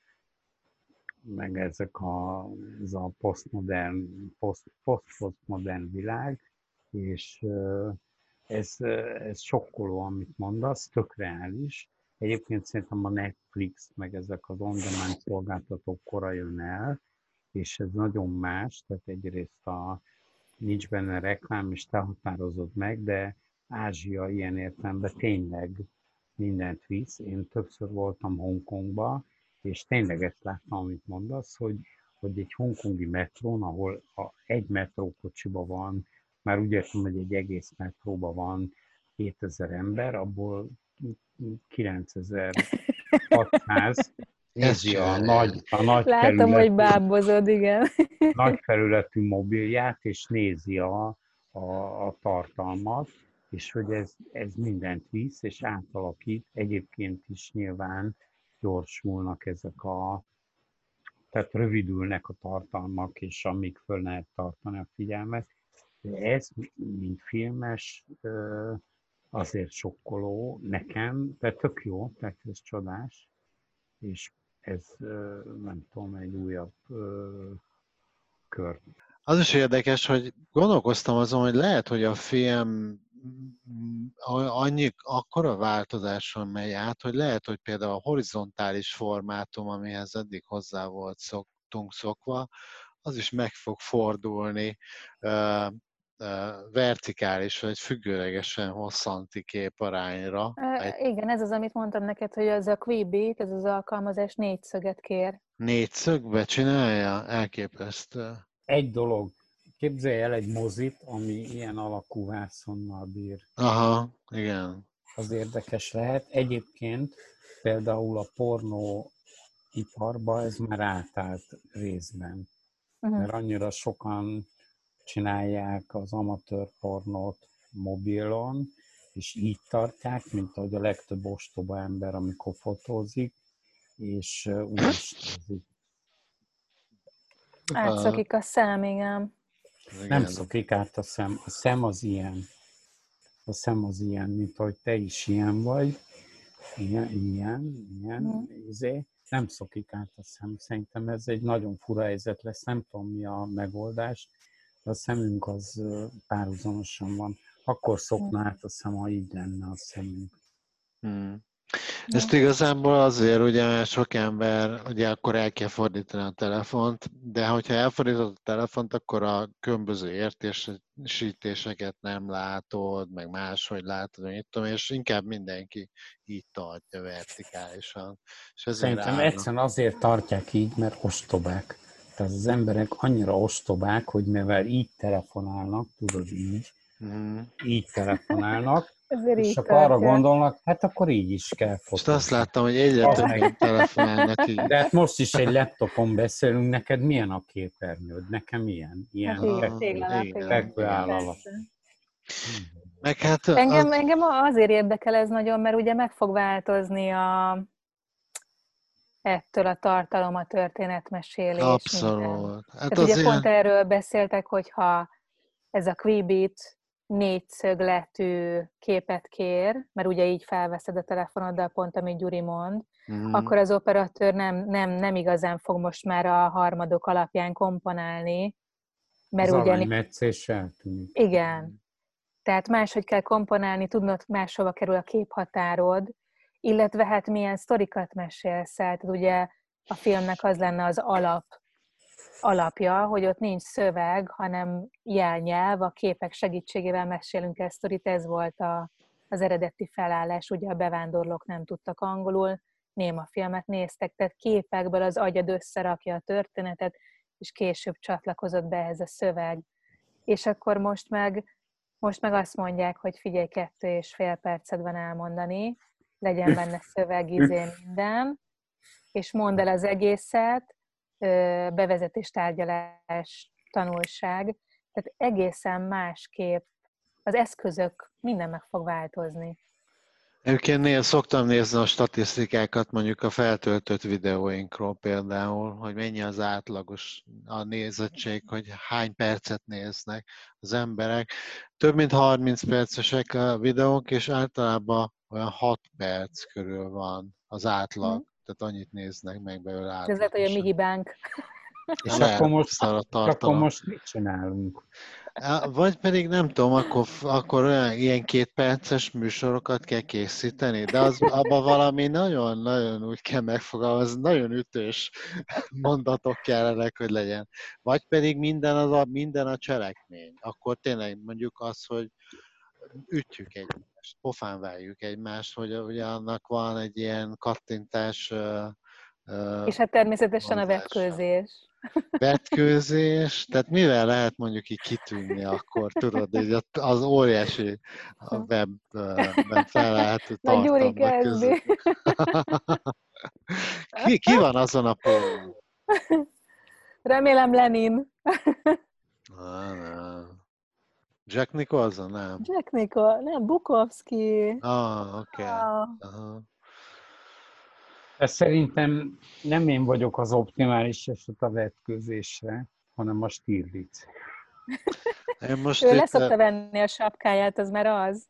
meg ezek a, ez a posztmodern, poszt-posztmodern világ, és ez, ez sokkoló, amit mondasz, tök reális. Egyébként szerintem a Netflix, meg ezek az on-demand szolgáltatók kora jön el, és ez nagyon más, tehát egyrészt a, nincs benne reklám, és te határozod meg, de Ázsia ilyen értelemben tényleg mindent visz. Én többször voltam Hongkongba, és tényleg ezt láttam, amit mondasz, hogy, hogy egy hongkongi metrón, ahol a egy metrókocsiba van, már úgy értem, hogy egy egész metróban van hétezer ember, abból kilencezer-hatszáz nézi a nagy, a nagy Látom, felületű, hogy bábozod, igen. nagy felületű mobilját, és nézi a, a, a tartalmat, és hogy ez, ez mindent visz, és átalakít. Egyébként is nyilván gyorsulnak ezek a, tehát rövidülnek a tartalmak, és amíg föl lehet tartani a figyelmet. De ez, mint filmes, azért sokkoló nekem, de tök jó, tehát ez csodás, és ez, nem tudom, egy újabb kör. Az is érdekes, hogy gondolkoztam azon, hogy lehet, hogy a film annyi, akkora változáson megy át, hogy lehet, hogy például a horizontális formátum, amihez eddig hozzá volt szoktunk szokva, az is meg fog fordulni uh, uh, vertikális vagy függőlegesen hosszanti képarányra. Uh, Egy... Igen, ez az, amit mondtam neked, hogy az a Quibi, ez az alkalmazás négyszöget kér. Négyszögbe csinálja? Elképesztő. Egy dolog, képzelj el egy mozit, ami ilyen alakú vászonnal bír. Aha, igen. Az érdekes lehet. Egyébként például a pornó iparba ez már átállt részben. Uh-huh. Mert annyira sokan csinálják az amatőr pornót mobilon, és így tartják, mint ahogy a legtöbb ostoba ember, amikor fotózik, és úgy is nézik. Átszakik a szem, igen. Nem szokik át a szem. A szem az ilyen. A szem az ilyen, mint ahogy te is ilyen vagy. ilyen, ilyen, ilyen Mm. izé, nem szokik át a szem. Szerintem ez egy nagyon fura helyzet lesz, nem tudom mi a megoldás, de a szemünk az ö, párhuzamosan van. Akkor szokna át a szem, ha így lenne a szemünk. Hmm. Ja. Ezt igazából azért, ugye, mert sok ember, ugye akkor el kell fordítani a telefont, de hogyha elfordítod a telefont, akkor a különböző értésítéseket nem látod, meg máshogy látod, mit tudom, és inkább mindenki így tartja vertikálisan. És ezért Szerintem állnak. egyszerűen azért tartják így, mert ostobák. Tehát az emberek annyira ostobák, hogy mivel így telefonálnak, tudod így, Mm. így telefonálnak, Ezért és így akkor arra tartja. gondolnak, hát akkor így is kell Most azt fotózni. láttam, hogy egyre Az többen meg- telefonálnak így. De hát most is egy laptopon beszélünk, neked milyen a képernyőd? Nekem ilyen. Ilyen Hát így, Ah, téglalap, igen, igen. fekvő áll igen. alatt. Persze. Meg hát Engem, az, engem azért érdekel ez nagyon, mert ugye meg fog változni a, ettől a tartalom, a történetmesélés, minden. abszolút. Hát Tehát az ugye ilyen, pont erről beszéltek, hogyha ez a Quibbit négyszögletű képet kér, mert ugye így felveszed a telefonoddal, pont amit Gyuri mond, mm, akkor az operatőr nem, nem, nem igazán fog most már a harmadok alapján komponálni, mert Az ugye... aranymetszés eltűnik. Igen. Tehát máshogy kell komponálni, tudnod, máshova kerül a képhatárod, illetve hát milyen sztorikat mesélsz el. Tehát ugye a filmnek az lenne az alap, alapja, hogy ott nincs szöveg, hanem jelnyelv, a képek segítségével mesélünk el sztorit, ez volt a, az eredeti felállás, ugye a bevándorlók nem tudtak angolul, néma filmet néztek, tehát képekből az agyad összerakja a történetet, és később csatlakozott be ehhez a szöveg. És akkor most meg, most meg azt mondják, hogy figyelj, kettő és fél perced van elmondani, legyen benne szöveg, izé, minden, és mondd el az egészet, bevezetés, tárgyalás, tanulság, tehát egészen másképp az eszközök, minden meg fog változni. Egyébként néha szoktam nézni a statisztikákat mondjuk a feltöltött videóinkról például, hogy mennyi az átlagos a nézettség, hogy hány percet néznek az emberek. Több mint harminc percesek a videók, és általában olyan hat perc körül van az átlag. Hm. Tehát annyit néznek meg belőle Ez lehet, hogy a mi átlagosan. hibánk. És Lehet, akkor most, szar a és akkor tartalom. most mit csinálunk? Á, vagy pedig nem tudom, akkor, akkor olyan ilyen két perces műsorokat kell készíteni, de az abban valami nagyon-nagyon úgy kell megfogalmazni, nagyon ütős mondatok kellenek, hogy legyen. Vagy pedig minden, az a, minden a cselekmény. Akkor tényleg mondjuk az, hogy ütjük egymást, pofán vágjuk egymást, hogy ugye annak van egy ilyen kattintás ö, ö, És hát természetesen a vonzása. vetkőzés. Vetkőzés, tehát mivel lehet mondjuk így kitűnni akkor, tudod, így az óriási a webben felelhető Na, Gyuri tartalmak között. kezdi. Ki, ki van azon a pólón? Remélem Lenin. Ah, nem. Jack Nicholson, nem? Jack Nicholson, nem, Bukowski. Ah, oké. Okay. Ah. Aha. De szerintem nem én vagyok az optimális eset a vetkőzésre, hanem a Stirlitz. Én most Ő itt, leszokta venni a sapkáját, az már az.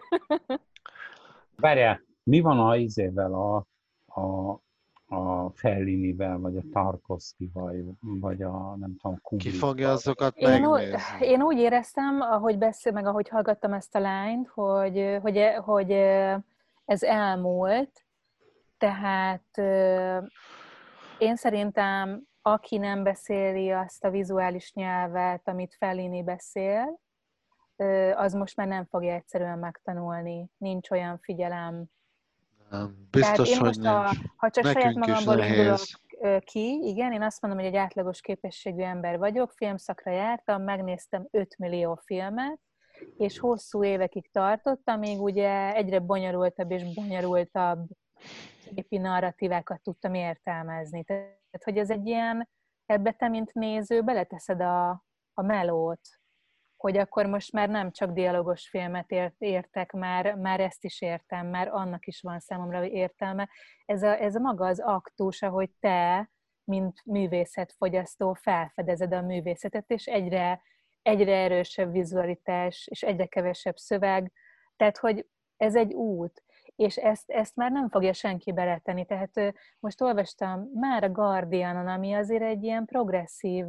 Várjál, mi van a izével, a, a, a Fellinivel, vagy a Tarkovszkival, vagy a nem tudom, ki Kubrick. fogja azokat Én úgy, megnézni? én úgy éreztem, ahogy beszél, meg ahogy hallgattam ezt a lányt, hogy, hogy, hogy ez elmúlt, tehát én szerintem aki nem beszéli azt a vizuális nyelvet, amit Fellini beszél, az most már nem fogja egyszerűen megtanulni. Nincs olyan figyelem. Nem, Tehát biztos, én hogy most, ha, nincs. ha csak saját Nekünk is magamból indulok nehéz. ki, igen, én azt mondom, hogy egy átlagos képességű ember vagyok, filmszakra jártam, megnéztem öt millió filmet, és hosszú évekig tartott, amíg ugye egyre bonyolultabb és bonyolultabb képi narratívákat tudtam értelmezni. Tehát, hogy ez egy ilyen, ebbe te, mint néző, beleteszed a, a melót, hogy akkor most már nem csak dialogos filmet ért, értek, már, már ezt is értem, már annak is van számomra értelme. Ez a, ez a maga az aktus, ahogy te, mint művészetfogyasztó felfedezed a művészetet, és egyre, egyre erősebb vizualitás, és egyre kevesebb szöveg. Tehát, hogy ez egy út. és ezt, ezt már nem fogja senki beletenni. Tehát most olvastam már a Guardianon, ami azért egy ilyen progresszív,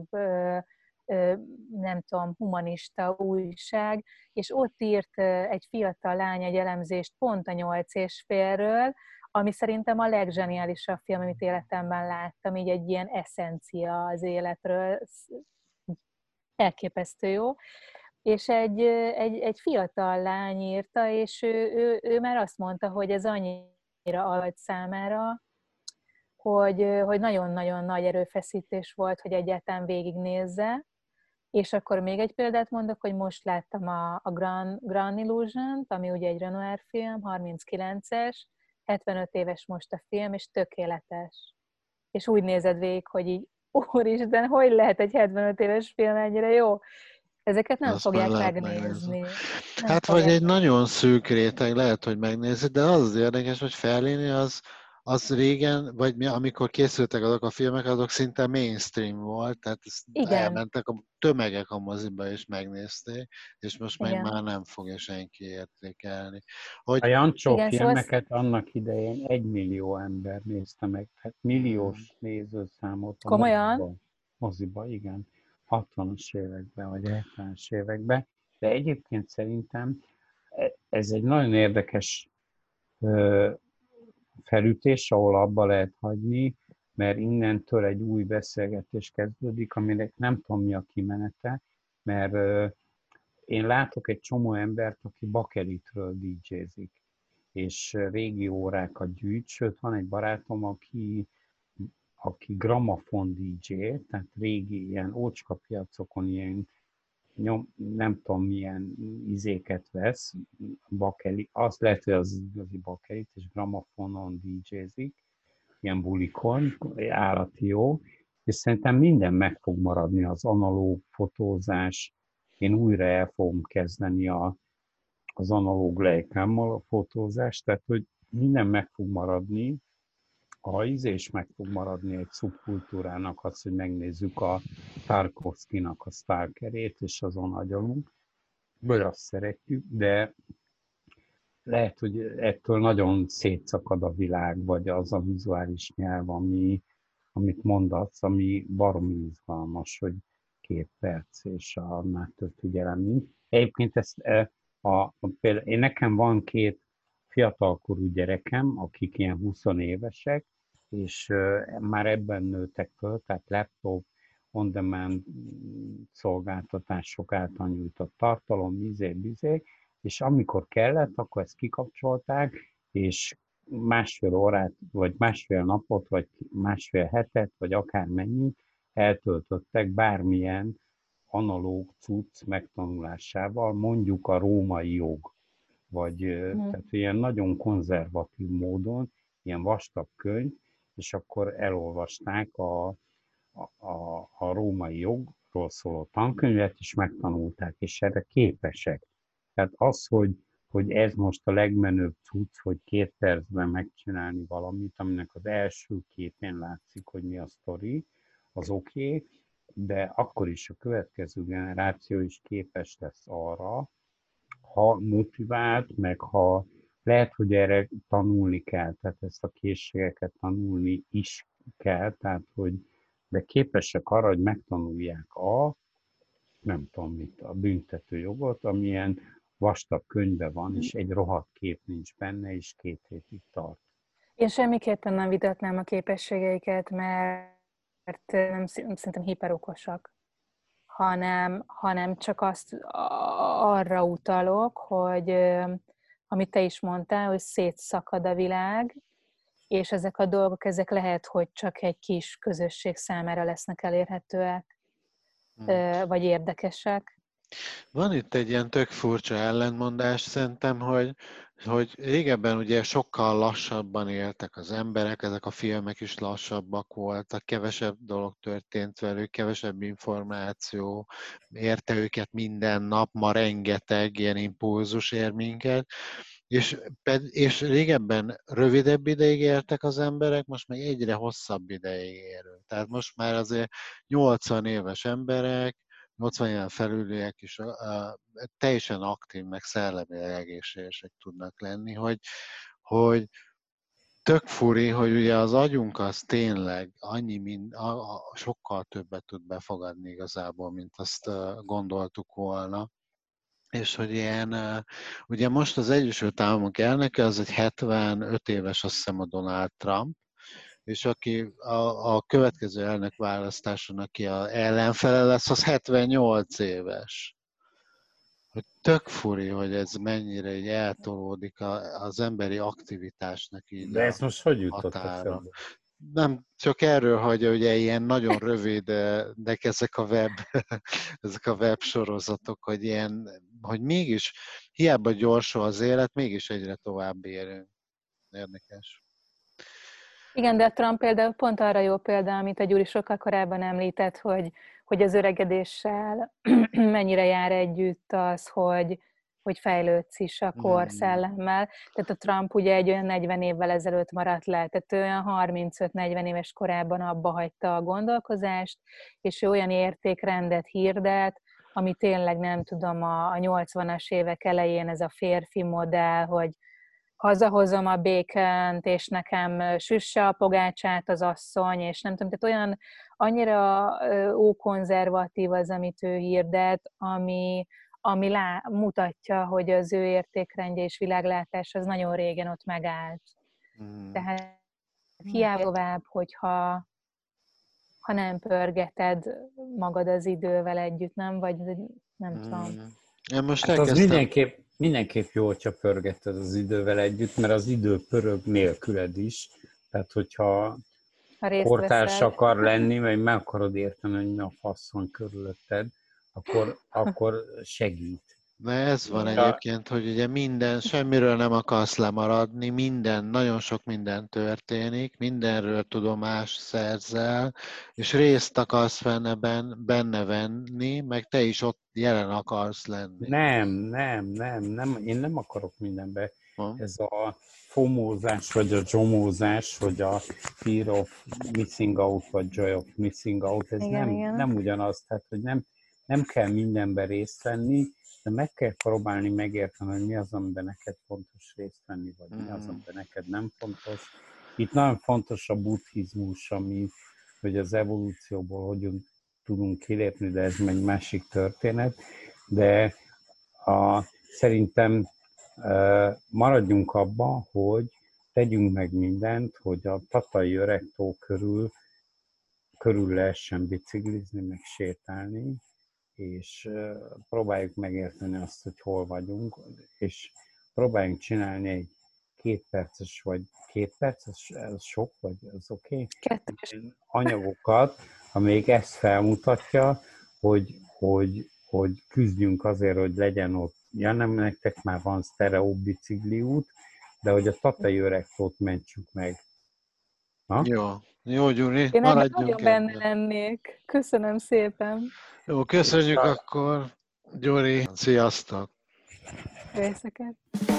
nem tudom, humanista újság, és ott írt egy fiatal lány egy elemzést pont a nyolc és félről, ami szerintem a legzseniálisabb film, amit életemben láttam, így egy ilyen eszencia az életről, elképesztő jó. És egy, egy, egy fiatal lány írta, és ő, ő, ő már azt mondta, hogy ez annyira alatt számára, hogy, hogy nagyon-nagyon nagy erőfeszítés volt, hogy egyáltalán végignézze. És akkor még egy példát mondok, hogy most láttam a, a Grand, Grand Illusion-t, ami ugye egy Renoir film, harminckilences, hetvenöt éves most a film, és tökéletes. És úgy nézed végig, hogy így, úristen, hogy lehet egy hetvenöt éves film ennyire jó? Ezeket nem Azt fogják megnézni. megnézni. Nem Hát vagy egy megnézni. nagyon szűk réteg lehet, hogy megnézi, de az az érdekes, hogy Fellini az, az régen, vagy mi, amikor készültek azok a filmek, azok szinte mainstream volt, tehát ezt Igen. elmentek a tömegek a moziba és megnézték, és most meg Igen. már nem fogja senki értékelni. A Hogy, Jancsó Igen, szóval filmeket annak idején egy millió ember nézte meg, tehát milliós nézőszámot a Komolyan? moziba. Moziba, igen. hatvanas években, vagy hetvenes években. De egyébként szerintem e- ez egy nagyon érdekes ö, felütés, ahol abba lehet hagyni, mert innentől egy új beszélgetés kezdődik, aminek nem tudom mi a kimenete, mert ö, én látok egy csomó embert, aki bakelitről dé jézik, és régi órákat gyűjt, sőt van egy barátom, aki, aki gramafon dé jé, tehát régi ilyen ócska piacokon ilyen nyom, nem tudom milyen izéket vesz, bakeli, azt lehet, hogy az igazi bakelit, és gramafonon dé jézik, ilyen bulikon, állati jó, és szerintem minden meg fog maradni, az analóg fotózás, én újra el fogom kezdeni a, az analóg lejkámmal a fotózást, tehát hogy minden meg fog maradni, a ízés meg fog maradni egy szubkultúrának, az, hogy megnézzük a Tarkovszkinak a Stalkerét, és azon agyalunk, vagy azt szeretjük, de lehet, hogy ettől nagyon szétszakad a világ, vagy az a vizuális nyelv, ami, amit mondasz, ami baromi izgalmas, hogy két perc, és annál több figyelem nincs. Egyébként ezt, a, a, például én nekem van két fiatalkorú gyerekem, akik ilyen húsz évesek, és uh, már ebben nőttek föl, tehát laptop, on-demand szolgáltatások által nyújtott tartalom, izé, bizé, és amikor kellett, akkor ezt kikapcsolták, és másfél órát, vagy másfél napot, vagy másfél hetet, vagy akármennyit eltöltöttek bármilyen analóg cucc megtanulásával, mondjuk a római jog, vagy mm. tehát ilyen nagyon konzervatív módon, ilyen vastag könyv, és akkor elolvasták a, a, a, a római jogról szóló tankönyvet, és megtanulták, és erre képesek. Tehát az, hogy, hogy ez most a legmenőbb cucc, hogy két percben megcsinálni valamit, aminek az első képén látszik, hogy mi a sztori, az oké, okay, de akkor is a következő generáció is képes lesz arra, ha motivált, meg ha lehet, hogy erre tanulni kell, tehát ezt a készségeket tanulni is kell, tehát hogy de képesek arra, hogy megtanulják a, nem tudom mit, a büntetőjogot, amilyen vastag könyvben van, és egy rohadt kép nincs benne, és két hétig tart. Én semmiképpen nem vitatnám a képességeiket, mert nem, szerintem hiperokosak, hanem, hanem csak azt arra utalok, hogy amit te is mondtál, hogy szétszakad a világ, és ezek a dolgok, ezek lehet, hogy csak egy kis közösség számára lesznek elérhetőek, hmm. vagy érdekesek. Van itt egy ilyen tök furcsa ellentmondás szerintem, hogy, hogy régebben ugye sokkal lassabban éltek az emberek, ezek a filmek is lassabbak voltak, kevesebb dolog történt velük, kevesebb információ érte őket minden nap, ma rengeteg ilyen impulzus ér minket, és, és régebben rövidebb ideig éltek az emberek, most meg egyre hosszabb ideig élünk. Tehát most már azért nyolcvan éves emberek, nyolcvan éven felüliek is uh, teljesen aktív, meg szellemileg egészségesek tudnak lenni, hogy, hogy tök furi, hogy ugye az agyunk az tényleg annyi, mind, a, a, sokkal többet tud befogadni igazából, mint azt uh, gondoltuk volna. És hogy ilyen, uh, ugye most az Egyesült Államok elnöke, az egy hetvenöt éves, azt hiszem, a Donald Trump, és aki a, a következő elnök választáson, aki a ellenfele lesz, az hetvennyolc éves. Hogy tök furi, hogy ez mennyire így eltolódik a, az emberi aktivitásnak így De a ezt most hogy jutott határa. eszedbe? Nem csak erről, hogy ugye ilyen nagyon rövid, de ezek a web, ezek a web sorozatok, hogy ilyen, hogy mégis hiába gyorsul az élet, mégis egyre tovább érünk. Érdekes. Igen, de Trump például pont arra jó példa, amit a Gyuri sokkal korábban említett, hogy, hogy az öregedéssel mennyire jár együtt az, hogy, hogy fejlődsz is a kor szellemmel. Tehát a Trump ugye egy olyan negyven évvel ezelőtt maradt le, tehát olyan harmincöt-negyven éves korában abba hagyta a gondolkozást, és ő olyan értékrendet hirdet, ami tényleg nem tudom, a, a nyolcvanas évek elején ez a férfi modell, hogy hazahozom a békent, és nekem süsse a pogácsát az asszony, és nem tudom, tehát olyan annyira ókonzervatív az, amit ő hirdet, ami, ami lá, mutatja, hogy az ő értékrendje és világlátás az nagyon régen ott megállt. Mm. Tehát hiába tovább, hogyha ha nem pörgeted magad az idővel együtt, nem? Vagy nem mm. tudom. Én most hát az mindenképp, mindenképp jó, hogyha pörgetted az idővel együtt, mert az idő pörög nélküled is. Tehát, hogyha kortárs akar lenni, vagy meg akarod érteni, hogy mi a fasz van körülötted, akkor, akkor segít. De ez van egyébként, hogy ugye minden, semmiről nem akarsz lemaradni, minden, nagyon sok minden történik, mindenről tudomást szerzel, és részt akarsz benne, benne venni, meg te is ott jelen akarsz lenni. Nem, nem, nem, nem, én nem akarok mindenbe. Hmm. Ez a fomózás, vagy a zsomózás, vagy a fear of missing out, vagy joy of missing out, ez igen, nem, igen. nem ugyanaz, tehát, hogy nem, nem kell mindenben részt venni, de meg kell próbálni megérteni, hogy mi az, amiben neked fontos részt venni, vagy mi az, amiben neked nem fontos. Itt nagyon fontos a buddhizmus, ami, hogy az evolúcióból hogyan tudunk kilépni, de ez egy másik történet. De a, szerintem uh, maradjunk abban, hogy tegyünk meg mindent, hogy a Tatai Öregtó körül, körül lehessen biciklizni, meg sétálni, és uh, próbáljuk megérteni azt, hogy hol vagyunk, és próbáljunk csinálni egy két perces, vagy két perces, ez sok, vagy az oké? Okay? Anyagokat, amelyik ezt felmutatja, hogy, hogy, hogy küzdjünk azért, hogy legyen ott. Ja, nem, nektek már van sztereó bicikliút, de hogy a Tatai Öregtót mentsük meg. Ha? Jó, jó, Gyuri, én maradjunk ebben. Én benne lennék. Köszönöm szépen. Jó, köszönjük Most akkor, Gyuri. Sziasztok! Részeket.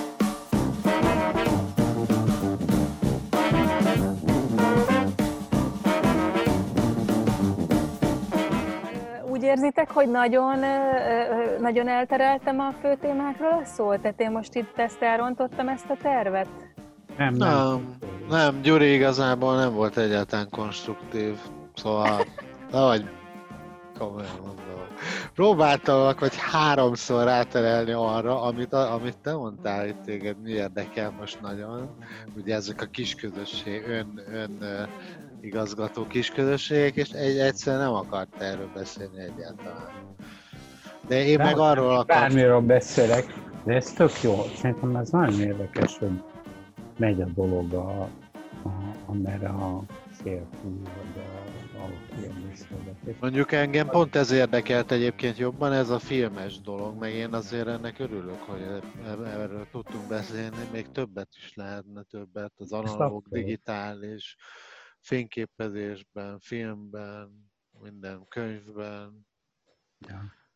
Úgy érzitek, hogy nagyon, nagyon eltereltem a fő témákról a szót? Tehát én most itt ezt elrontottam, ezt a tervet? Nem, nem. Nem, nem Gyuri igazából nem volt egyáltalán konstruktív. Szóval, vagy komolyan mondom. Próbáltalak, hogy háromszor ráterelni arra, amit, amit te mondtál, hogy téged mi érdekel most nagyon. Ugye ezek a kisközösség, ön, ön igazgató kisközösségek, és egy, egyszer nem akart erről beszélni egyáltalán. De én nem, meg arról akartam... Bármiről beszélek, de ez tök jó. Szerintem ez nagyon érdekes, hogy megy a dolog a, a, amerre a szélfúj, vagy a Mondjuk engem pont ez érdekelt egyébként jobban, ez a filmes dolog, meg én azért ennek örülök, hogy erről tudtunk beszélni, még többet is lehetne, többet az analóg, digitális, fényképezésben, filmben, minden könyvben. Ja.